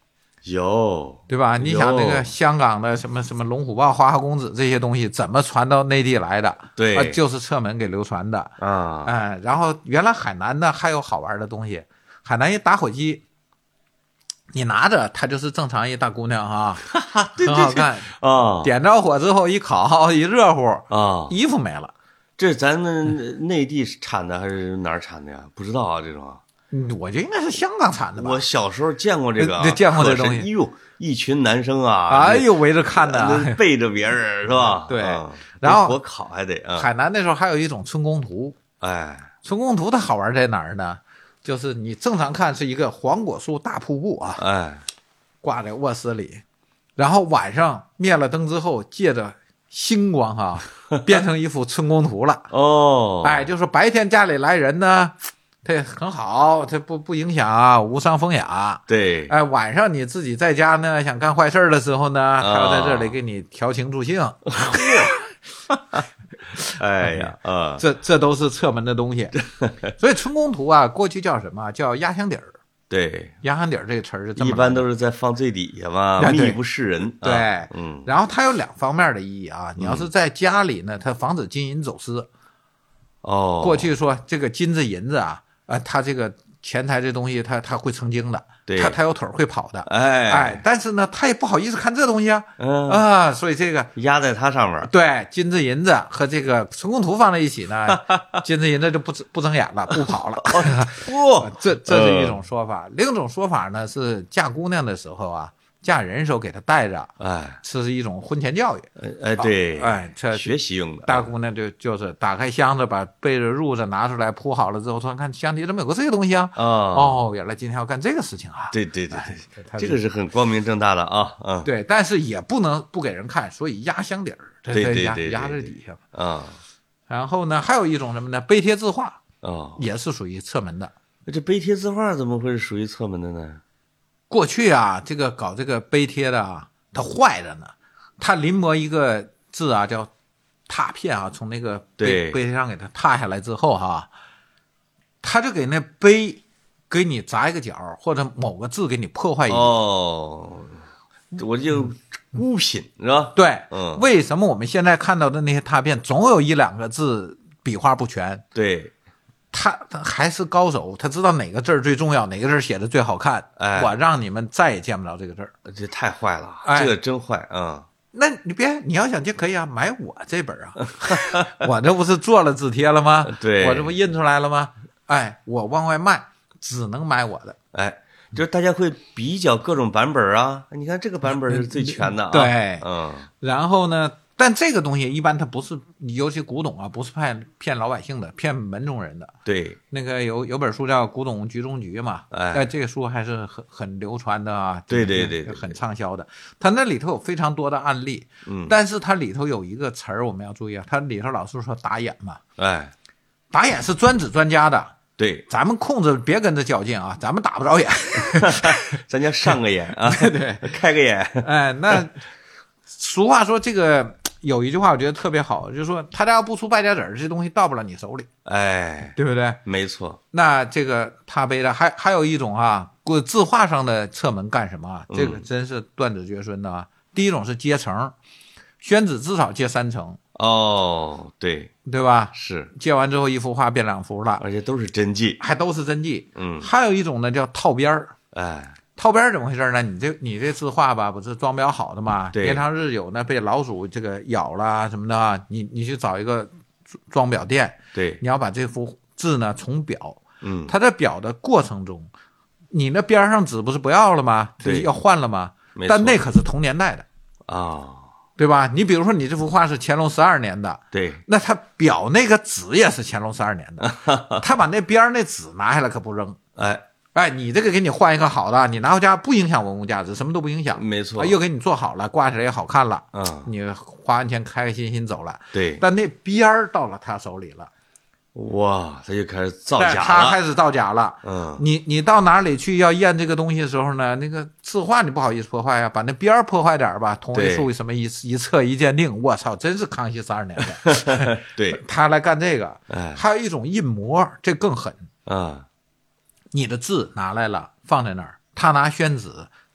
有， 对吧？你想那个香港的什么什么龙虎豹、花花公子这些东西怎么传到内地来的？ 对， 啊，就是侧门给流传的啊。 哎，然后原来海南呢还有好玩的东西，海南一打火机。你拿着它就是正常一大姑娘哈，很好看啊。 点着火之后一烤一热乎啊， 衣服没了。 这咱们内地产的还是哪儿产的呀？不知道啊，这种。 我觉得应该是香港产的吧。 我小时候见过这个， 见过这东西。 哎呦，一群男生啊， 哎呦围着看的， 背着别人是吧？ 对。 嗯、 然后火烤还得。嗯、 海南那时候还有一种春宫图， 哎， 春宫图它好玩在哪儿呢？就是你正常看是一个黄果树大瀑布啊， 哎， 挂在卧室里，然后晚上灭了灯之后，借着星光哈、啊，变成一幅春宫图了。 哦， 哎，就是白天家里来人呢，它很好，它不不影响啊，无伤风雅。 对， 哎，晚上你自己在家呢，想干坏事的时候呢，还要在这里给你调情助兴。 哦哎呀，啊， 这这都是侧门的东西，所以春宫图啊，过去叫什么？叫压箱底儿。 对， 压箱底儿这个词儿是这么， 一般都是在放最底下嘛，密不示人。 对， 啊、嗯。 然后它有两方面的意义啊，你要是在家里呢，它防止金银走失。 哦。 过去说这个金子银子啊，啊，它这个钱财这东西它，它它会成精的。 对， 他他有腿会跑的， 哎哎，但是呢，他也不好意思看这东西啊， 嗯啊，所以这个压在它上面， 对，金子银子和这个春宫图放在一起呢，金子银子就不不睁眼了，不跑了， 哦， 这这是一种说法，另一种说法呢是嫁姑娘的时候啊，嫁人时候给她带着， 哎， 这是一种婚前教育， 哎对， 哎，这学习用的， 大姑娘就就是打开箱子，把被子褥子拿出来铺好了之后，突然看箱底怎么有个这个东西啊？哦，原来今天要干这个事情啊！ 对对对对，这个是很光明正大的啊，嗯， 对，但是也不能不给人看，所以压箱底儿， 对对对对， 压在底下啊。 然后呢，还有一种什么呢？碑帖字画哦， 也是属于侧门的。 这碑帖字画怎么会是属于侧门的呢？ 过去啊，这个搞这个碑帖的啊，它坏着呢。它临摹一个字啊，叫拓片啊，从那个碑碑帖上给它拓下来之后哈、啊，他就给那碑给你砸一个角，或者某个字给你破坏一个。 哦，我就孤品是吧？ 对， 嗯， 为什么我们现在看到的那些拓片总有一两个字笔画不全？ 对。 他他还是高手，他知道哪个字儿最重要，哪个字儿写的最好看。 哎， 我让你们再也见不着这个字儿， 这太坏了， 哎、 这个真坏啊、嗯！ 那你别，你要想就可以啊，买我这本啊，我这不是做了字帖了吗？ 对， 我这不印出来了吗？哎，我往外卖，只能买我的。 哎，就是大家会比较各种版本啊，你看这个版本是最全的啊。 对， 嗯， 然后呢？但这个东西一般它不是，尤其古董啊，不是骗骗老百姓的，骗门中人的。 对， 那个有有本书叫《古董局中局》嘛， 哎， 这个书还是很很流传的啊， 对对 对, 对， 很畅销的。它那里头有非常多的案例， 嗯， 但是它里头有一个词儿我们要注意啊，它里头老是说打眼嘛， 哎， 打眼是专指专家的。 对， 咱们控制别跟着较劲啊，咱们打不着眼， 咱叫上个眼啊， 对对， 开个眼。 哎，那俗话说这个。有一句话我觉得特别好，就是说他家要不出败家子儿，这东西到不了你手里， 哎， 对不对？ 没错。 那这个拓碑的还还有一种啊，过字画上的侧门干什么啊？这个真是断子绝孙的啊！嗯、第一种是接层，宣纸至少接三层。 哦，对， 对吧？ 是接完之后一幅画变两幅了， 而且都是真迹， 还都是真迹。 嗯， 还有一种呢叫套边儿， 哎。 套边怎么回事呢？你这你这字画吧，不是装裱好的嘛？年长日久呢，被老鼠这个咬了什么的啊，你你去找一个装裱店， 对， 你要把这幅字呢重裱， 嗯， 它在裱的过程中，你那边上纸不是不要了吗？ 对， 要换了吗？但那可是同年代的啊、哦， 对吧？你比如说你这幅画是乾隆十二年的， 对， 那他裱那个纸也是乾隆十二年的，他把那边那纸拿下来可不扔， 哎。 哎，你这个给你换一个好的，你拿回家不影响文物价值，什么都不影响， 没错， 又给你做好了，挂起来也好看了， 嗯， 你花完钱开开心心走了， 对， 但那边儿到了他手里了， 哇，他就开始造假了， 他开始造假了， 嗯， 你你到哪里去要验这个东西的时候呢，那个字画你不好意思破坏呀、啊，把那边儿破坏点吧，同位素什么一一测一鉴定，我操，真是康熙十二年的， 对， 他来干这个， 哎， 还有一种印模，这更狠， 啊。 你的字拿来了，放在那儿，他拿宣纸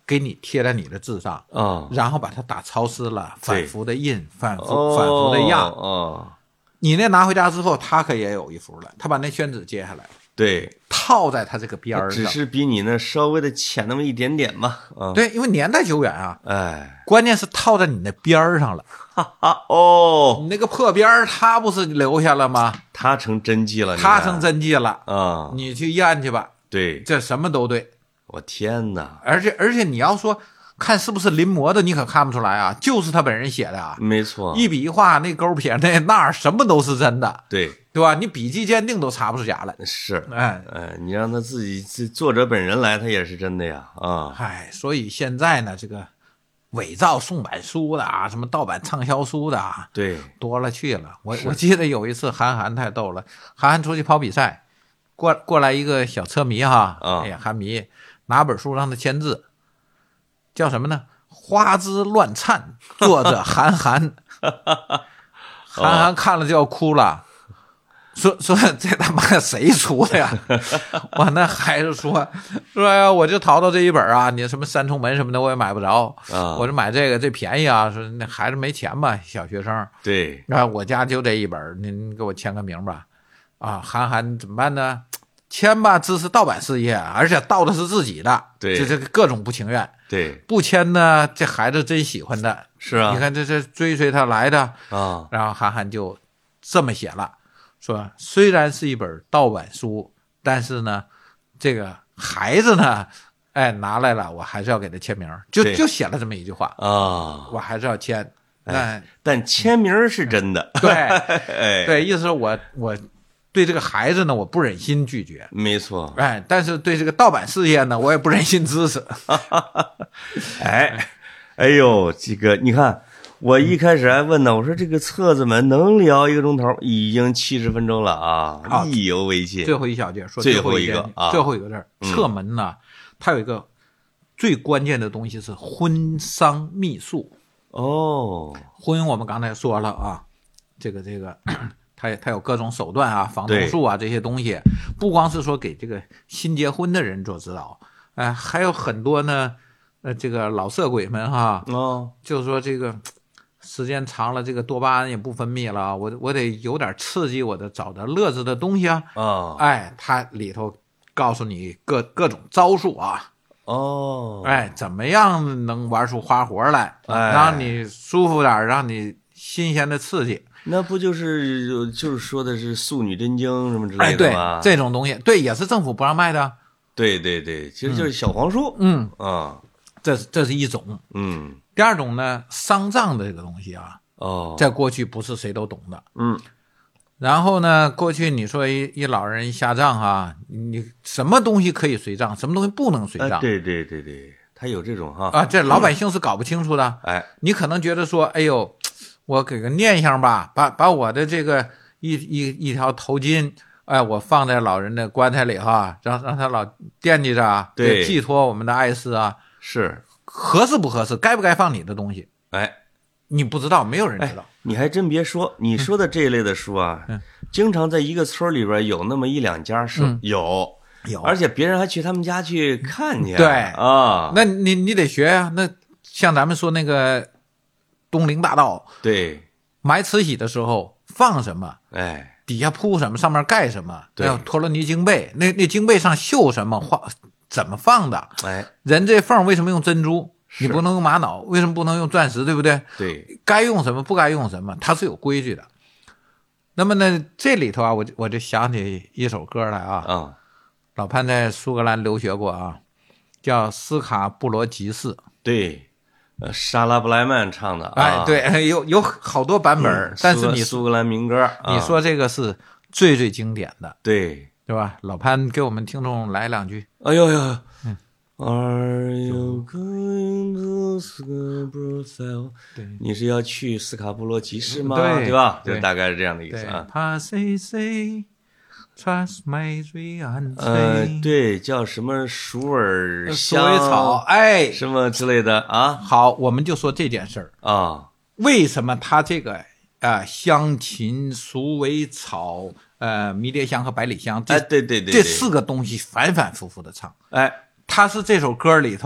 给你贴在你的字上啊、哦， 然后把它打超丝了，反复的印，反复、哦、反复的压。 哦， 你那拿回家之后，他可也有一幅了，他把那宣纸揭下来， 对， 套在他这个边上， 只是比你那稍微的浅那么一点点吧。啊、 对，因为年代久远啊， 哎， 关键是套在你那边上了。 哈哈，哦， 你那个破边他不是留下了吗？ 他成真迹了， 他成真迹了啊！ 你去验去吧。 对， 这什么都对。 我天哪！ 而且而且你要说看是不是临摹的，你可看不出来啊，就是他本人写的啊， 没错， 一笔一画，那勾撇那那儿什么都是真的， 对对吧？你笔迹鉴定都查不出假来。 是， 哎哎，你让他自己作者本人来，他也是真的呀啊！ 哎，所以现在呢，这个伪造宋版书的啊，什么盗版畅销书的啊， 对， 多了去了。我我记得有一次韩寒太逗了，韩寒出去跑比赛，过过来一个小车迷哈， 啊、 哎呀，韩迷拿本书让他签字，叫什么呢？花枝乱颤，作者韩寒。韩寒看了就要哭了，说说这他妈谁出的呀？我那孩子说说呀，我就淘到这一本啊，你什么三重门什么的我也买不着， 啊、 我就买这个这便宜啊。说那孩子没钱嘛，小学生。 对， 啊，我家就这一本，您给我签个名吧。啊，韩寒怎么办呢？签吧，支持盗版事业，而且盗的是自己的， 对， 这这各种不情愿。 对， 不签呢，这孩子真喜欢的， 是啊， 你看这这追随他来的啊。 然后韩寒就这么写了，说虽然是一本盗版书，但是呢，这个孩子呢，哎拿来了，我还是要给他签名，就就写了这么一句话啊， 我还是要签。 哎，但签名是真的， 对， 哎， 对，意思是我我。对这个孩子呢，我不忍心拒绝， 没错， 哎，但是对这个盗版事业呢，我也不忍心支持。 哎，哎呦，这个你看，我一开始还问呢，我说这个册子们能聊一个钟头，已经七十分钟了啊，啊意犹未尽。 最后一小节说最后一个啊， 最后一个字儿，册门呢，它有一个最关键的东西是婚丧秘术。 哦， 婚我们刚才说了啊，这个这个。他他有各种手段啊，仿动术啊这些东西，不光是说给这个新结婚的人做指导，哎、呃，还有很多呢，呃，这个老色鬼们哈， 哦， 就是说这个时间长了，这个多巴胺也不分泌了，我我得有点刺激我的找点乐子的东西啊， 哦， 哎，它里头告诉你各各种招数啊， 哦， 哎，怎么样能玩出花活来， 哎， 让你舒服点，让你新鲜的刺激。 那不就是就是说的是素女真经什么之类的吗？ 哎、对，这种东西，对，也是政府不让卖的。 对对对，其实就是小黄书。 嗯啊， 这这是一种。 嗯， 第二种呢，丧葬的这个东西啊， 哦， 在过去不是谁都懂的。 嗯， 然后呢，过去你说一一老人下葬啊，你什么东西可以随葬，什么东西不能随葬？ 哎、对对对对，他有这种哈啊，这老百姓是搞不清楚的。 哎， 你可能觉得说，哎呦。我给个念想吧，把把我的这个一一一条头巾，哎，我放在老人的棺材里哈，让让他老惦记着啊， 对， 寄托我们的爱思啊， 是合适不合适，该不该放你的东西？ 哎， 你不知道，没有人知道。 哎、你还真别说，你说的这一类的书啊， 嗯、 经常在一个村里边有那么一两家是、 嗯、 有有， 而且别人还去他们家去看去。 对啊， 那你你得学呀、啊。那像咱们说那个。东陵大道， 对， 埋慈禧的时候放什么？ 哎， 底下铺什么，上面盖什么？ 对， 陀罗尼经被，那那经被上绣什么？画怎么放的？ 哎， 人这缝为什么用珍珠？你不能用玛瑙，为什么不能用钻石？对不对？ 对， 该用什么，不该用什么，它是有规矩的。那么呢，这里头啊，我我就想起一首歌来啊， 啊、嗯， 老潘在苏格兰留学过啊，叫《斯卡布罗集市》。 对。呃，莎拉布莱曼唱的， 哎，对，有有好多版本，嗯、但是你苏格兰民歌， 你说这个是最最经典的， 对对吧？老潘给我们听众来两句。 哎呦呦， 嗯 Are you going to Scarborough？ 对， 你是要去斯卡布罗集市吗？ 对， 对吧？ 对就大概是这样的意思啊。 Trust my dream， 呃，对，叫什么鼠尾鼠尾草，哎， 什么之类的啊。 好，我们就说这件事儿啊， 为什么他这个啊、呃、香芹、鼠尾草、呃迷迭香和百里香，这、 哎、对对 对, 对， 这四个东西反反复复的唱， 哎， 他是这首歌里头啊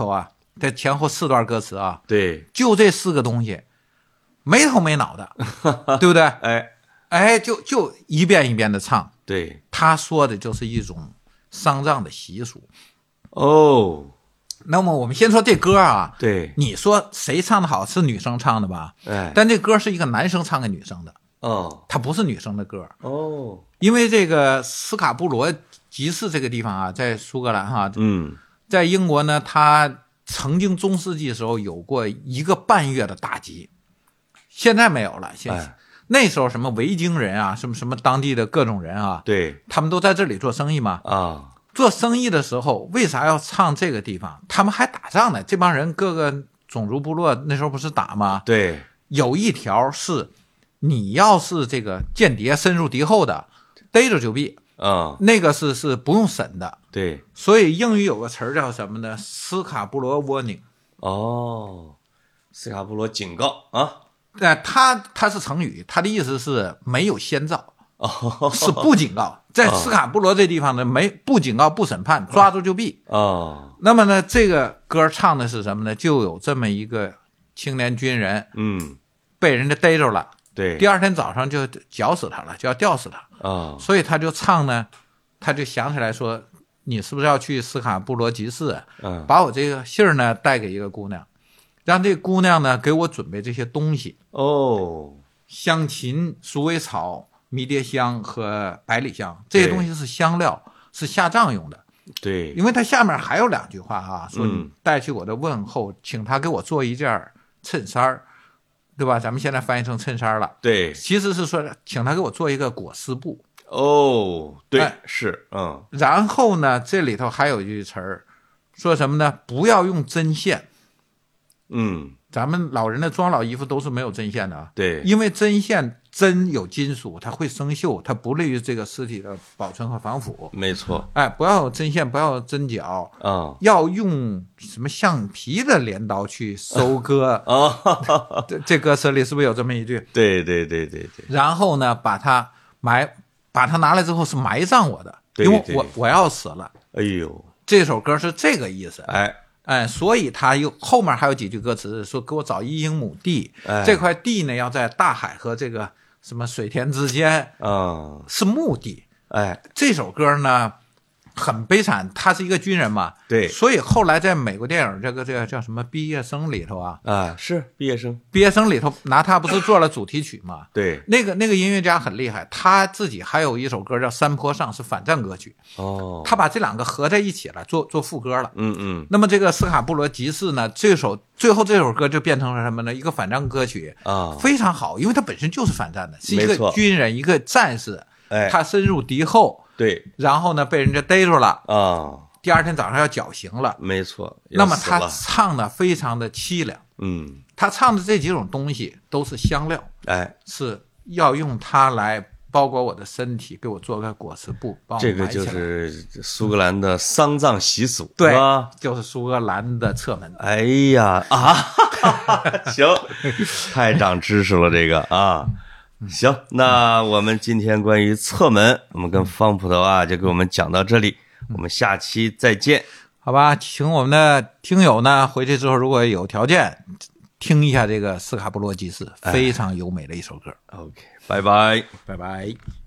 这前后四段歌词啊， 对， 就这四个东西，没头没脑的，对不对？ 哎哎，就就一遍一遍的唱。 对， 他说的就是一种丧葬的习俗。 哦， 那么我们先说这歌啊， 对， 你说谁唱的好？是女生唱的吧？ 哎， 但这歌是一个男生唱给女生的， 哦它不是女生的歌。 哦， 因为这个斯卡布罗集市这个地方啊，在苏格兰哈， 嗯， 在英国呢，它曾经中世纪的时候有过一个半月的大集，现在没有了。现、 哎， 那时候什么维京人啊，什么什么当地的各种人啊， 对他们都在这里做生意嘛。 啊， 做生意的时候，为啥要唱这个地方？他们还打仗呢，这帮人各个种族部落那时候不是打吗？ 对， 有一条是，你要是这个间谍深入敌后的，逮着就毙。 啊， 那个是是不用审的， 对， 所以英语有个词儿叫什么呢？斯卡布罗 warning。 哦，斯卡布罗警告啊， 那它它是成语，它的意思是没有先兆， 哦， 是不警告。在斯卡布罗这地方呢，没不警告不审判，抓住就毙。 哦， 那么呢，这个歌唱的是什么呢？就有这么一个青年军人， 嗯， 被人家逮着了， 对， 第二天早上就绞死他了，就要吊死他。 啊， 所以他就唱呢，他就想起来说，你是不是要去斯卡布罗集市， 嗯， 把我这个信儿呢带给一个姑娘，让这姑娘呢给我准备这些东西， 哦， 香芹、鼠尾草、迷迭香和百里香，这些东西是香料，是下葬用的。 对， 因为他下面还有两句话啊，说你嗯带去我的问候，请他给我做一件衬衫儿，对吧？咱们现在翻译成衬衫了。 对， 其实是说，请他给我做一个裹尸布。 哦，对， 哎是，嗯， 然后呢，这里头还有一句词儿，说什么呢？不要用针线。 嗯， 咱们老人的装老衣服都是没有针线的啊， 对， 因为针线针有金属，它会生锈，它不利于这个尸体的保存和防腐。 没错， 哎，不要有针线，不要有针脚， 啊， 要用什么橡皮的镰刀去收割。 啊， 这这歌词里是不是有这么一句？ 对对对对对， 然后呢，把它埋，把它拿来之后是埋葬我的， 对因为对我我要死了。 哎呦， 这首歌是这个意思。 哎， 哎，所以他又后面还有几句歌词说给我找一英亩地， 哎这块地呢要在大海和这个什么水田之间， 啊， 是墓地。 哎， 这首歌呢很悲惨，他是一个军人嘛， 对， 所以后来在美国电影这个这个叫什么毕业生里头啊， 啊，是毕业生， 毕业生里头拿他不是做了主题曲嘛？ 对， 那个那个音乐家很厉害，他自己还有一首歌叫《山坡上》，是反战歌曲， 哦， 他把这两个合在一起了，做做副歌了。 嗯嗯， 那么这个斯卡布罗集市呢，这首最后这首歌就变成了什么呢？一个反战歌曲啊， 非常好，因为它本身就是反战的，是一个没错军人，一个战士， 哎， 他深入敌后， 对， 然后呢被人家逮住了， 啊， 第二天早上要绞刑了。 没错， 那么他要死了唱的非常的凄凉， 嗯， 他唱的这几种东西都是香料， 哎， 是要用它来包裹我的身体，给我做个裹尸布，帮我这个就埋起来是苏格兰的丧葬习俗， 对是吧？ 就是苏格兰的侧门。 哎呀啊，行，太长知识了这个啊。行，那我们今天关于侧门，我们跟方捕头啊就给我们讲到这里，我们下期再见。 好吧，请我们的听友呢回去之后，如果有条件，听一下这个斯卡布罗集市，非常优美的一首歌。 OK，拜拜。 拜拜。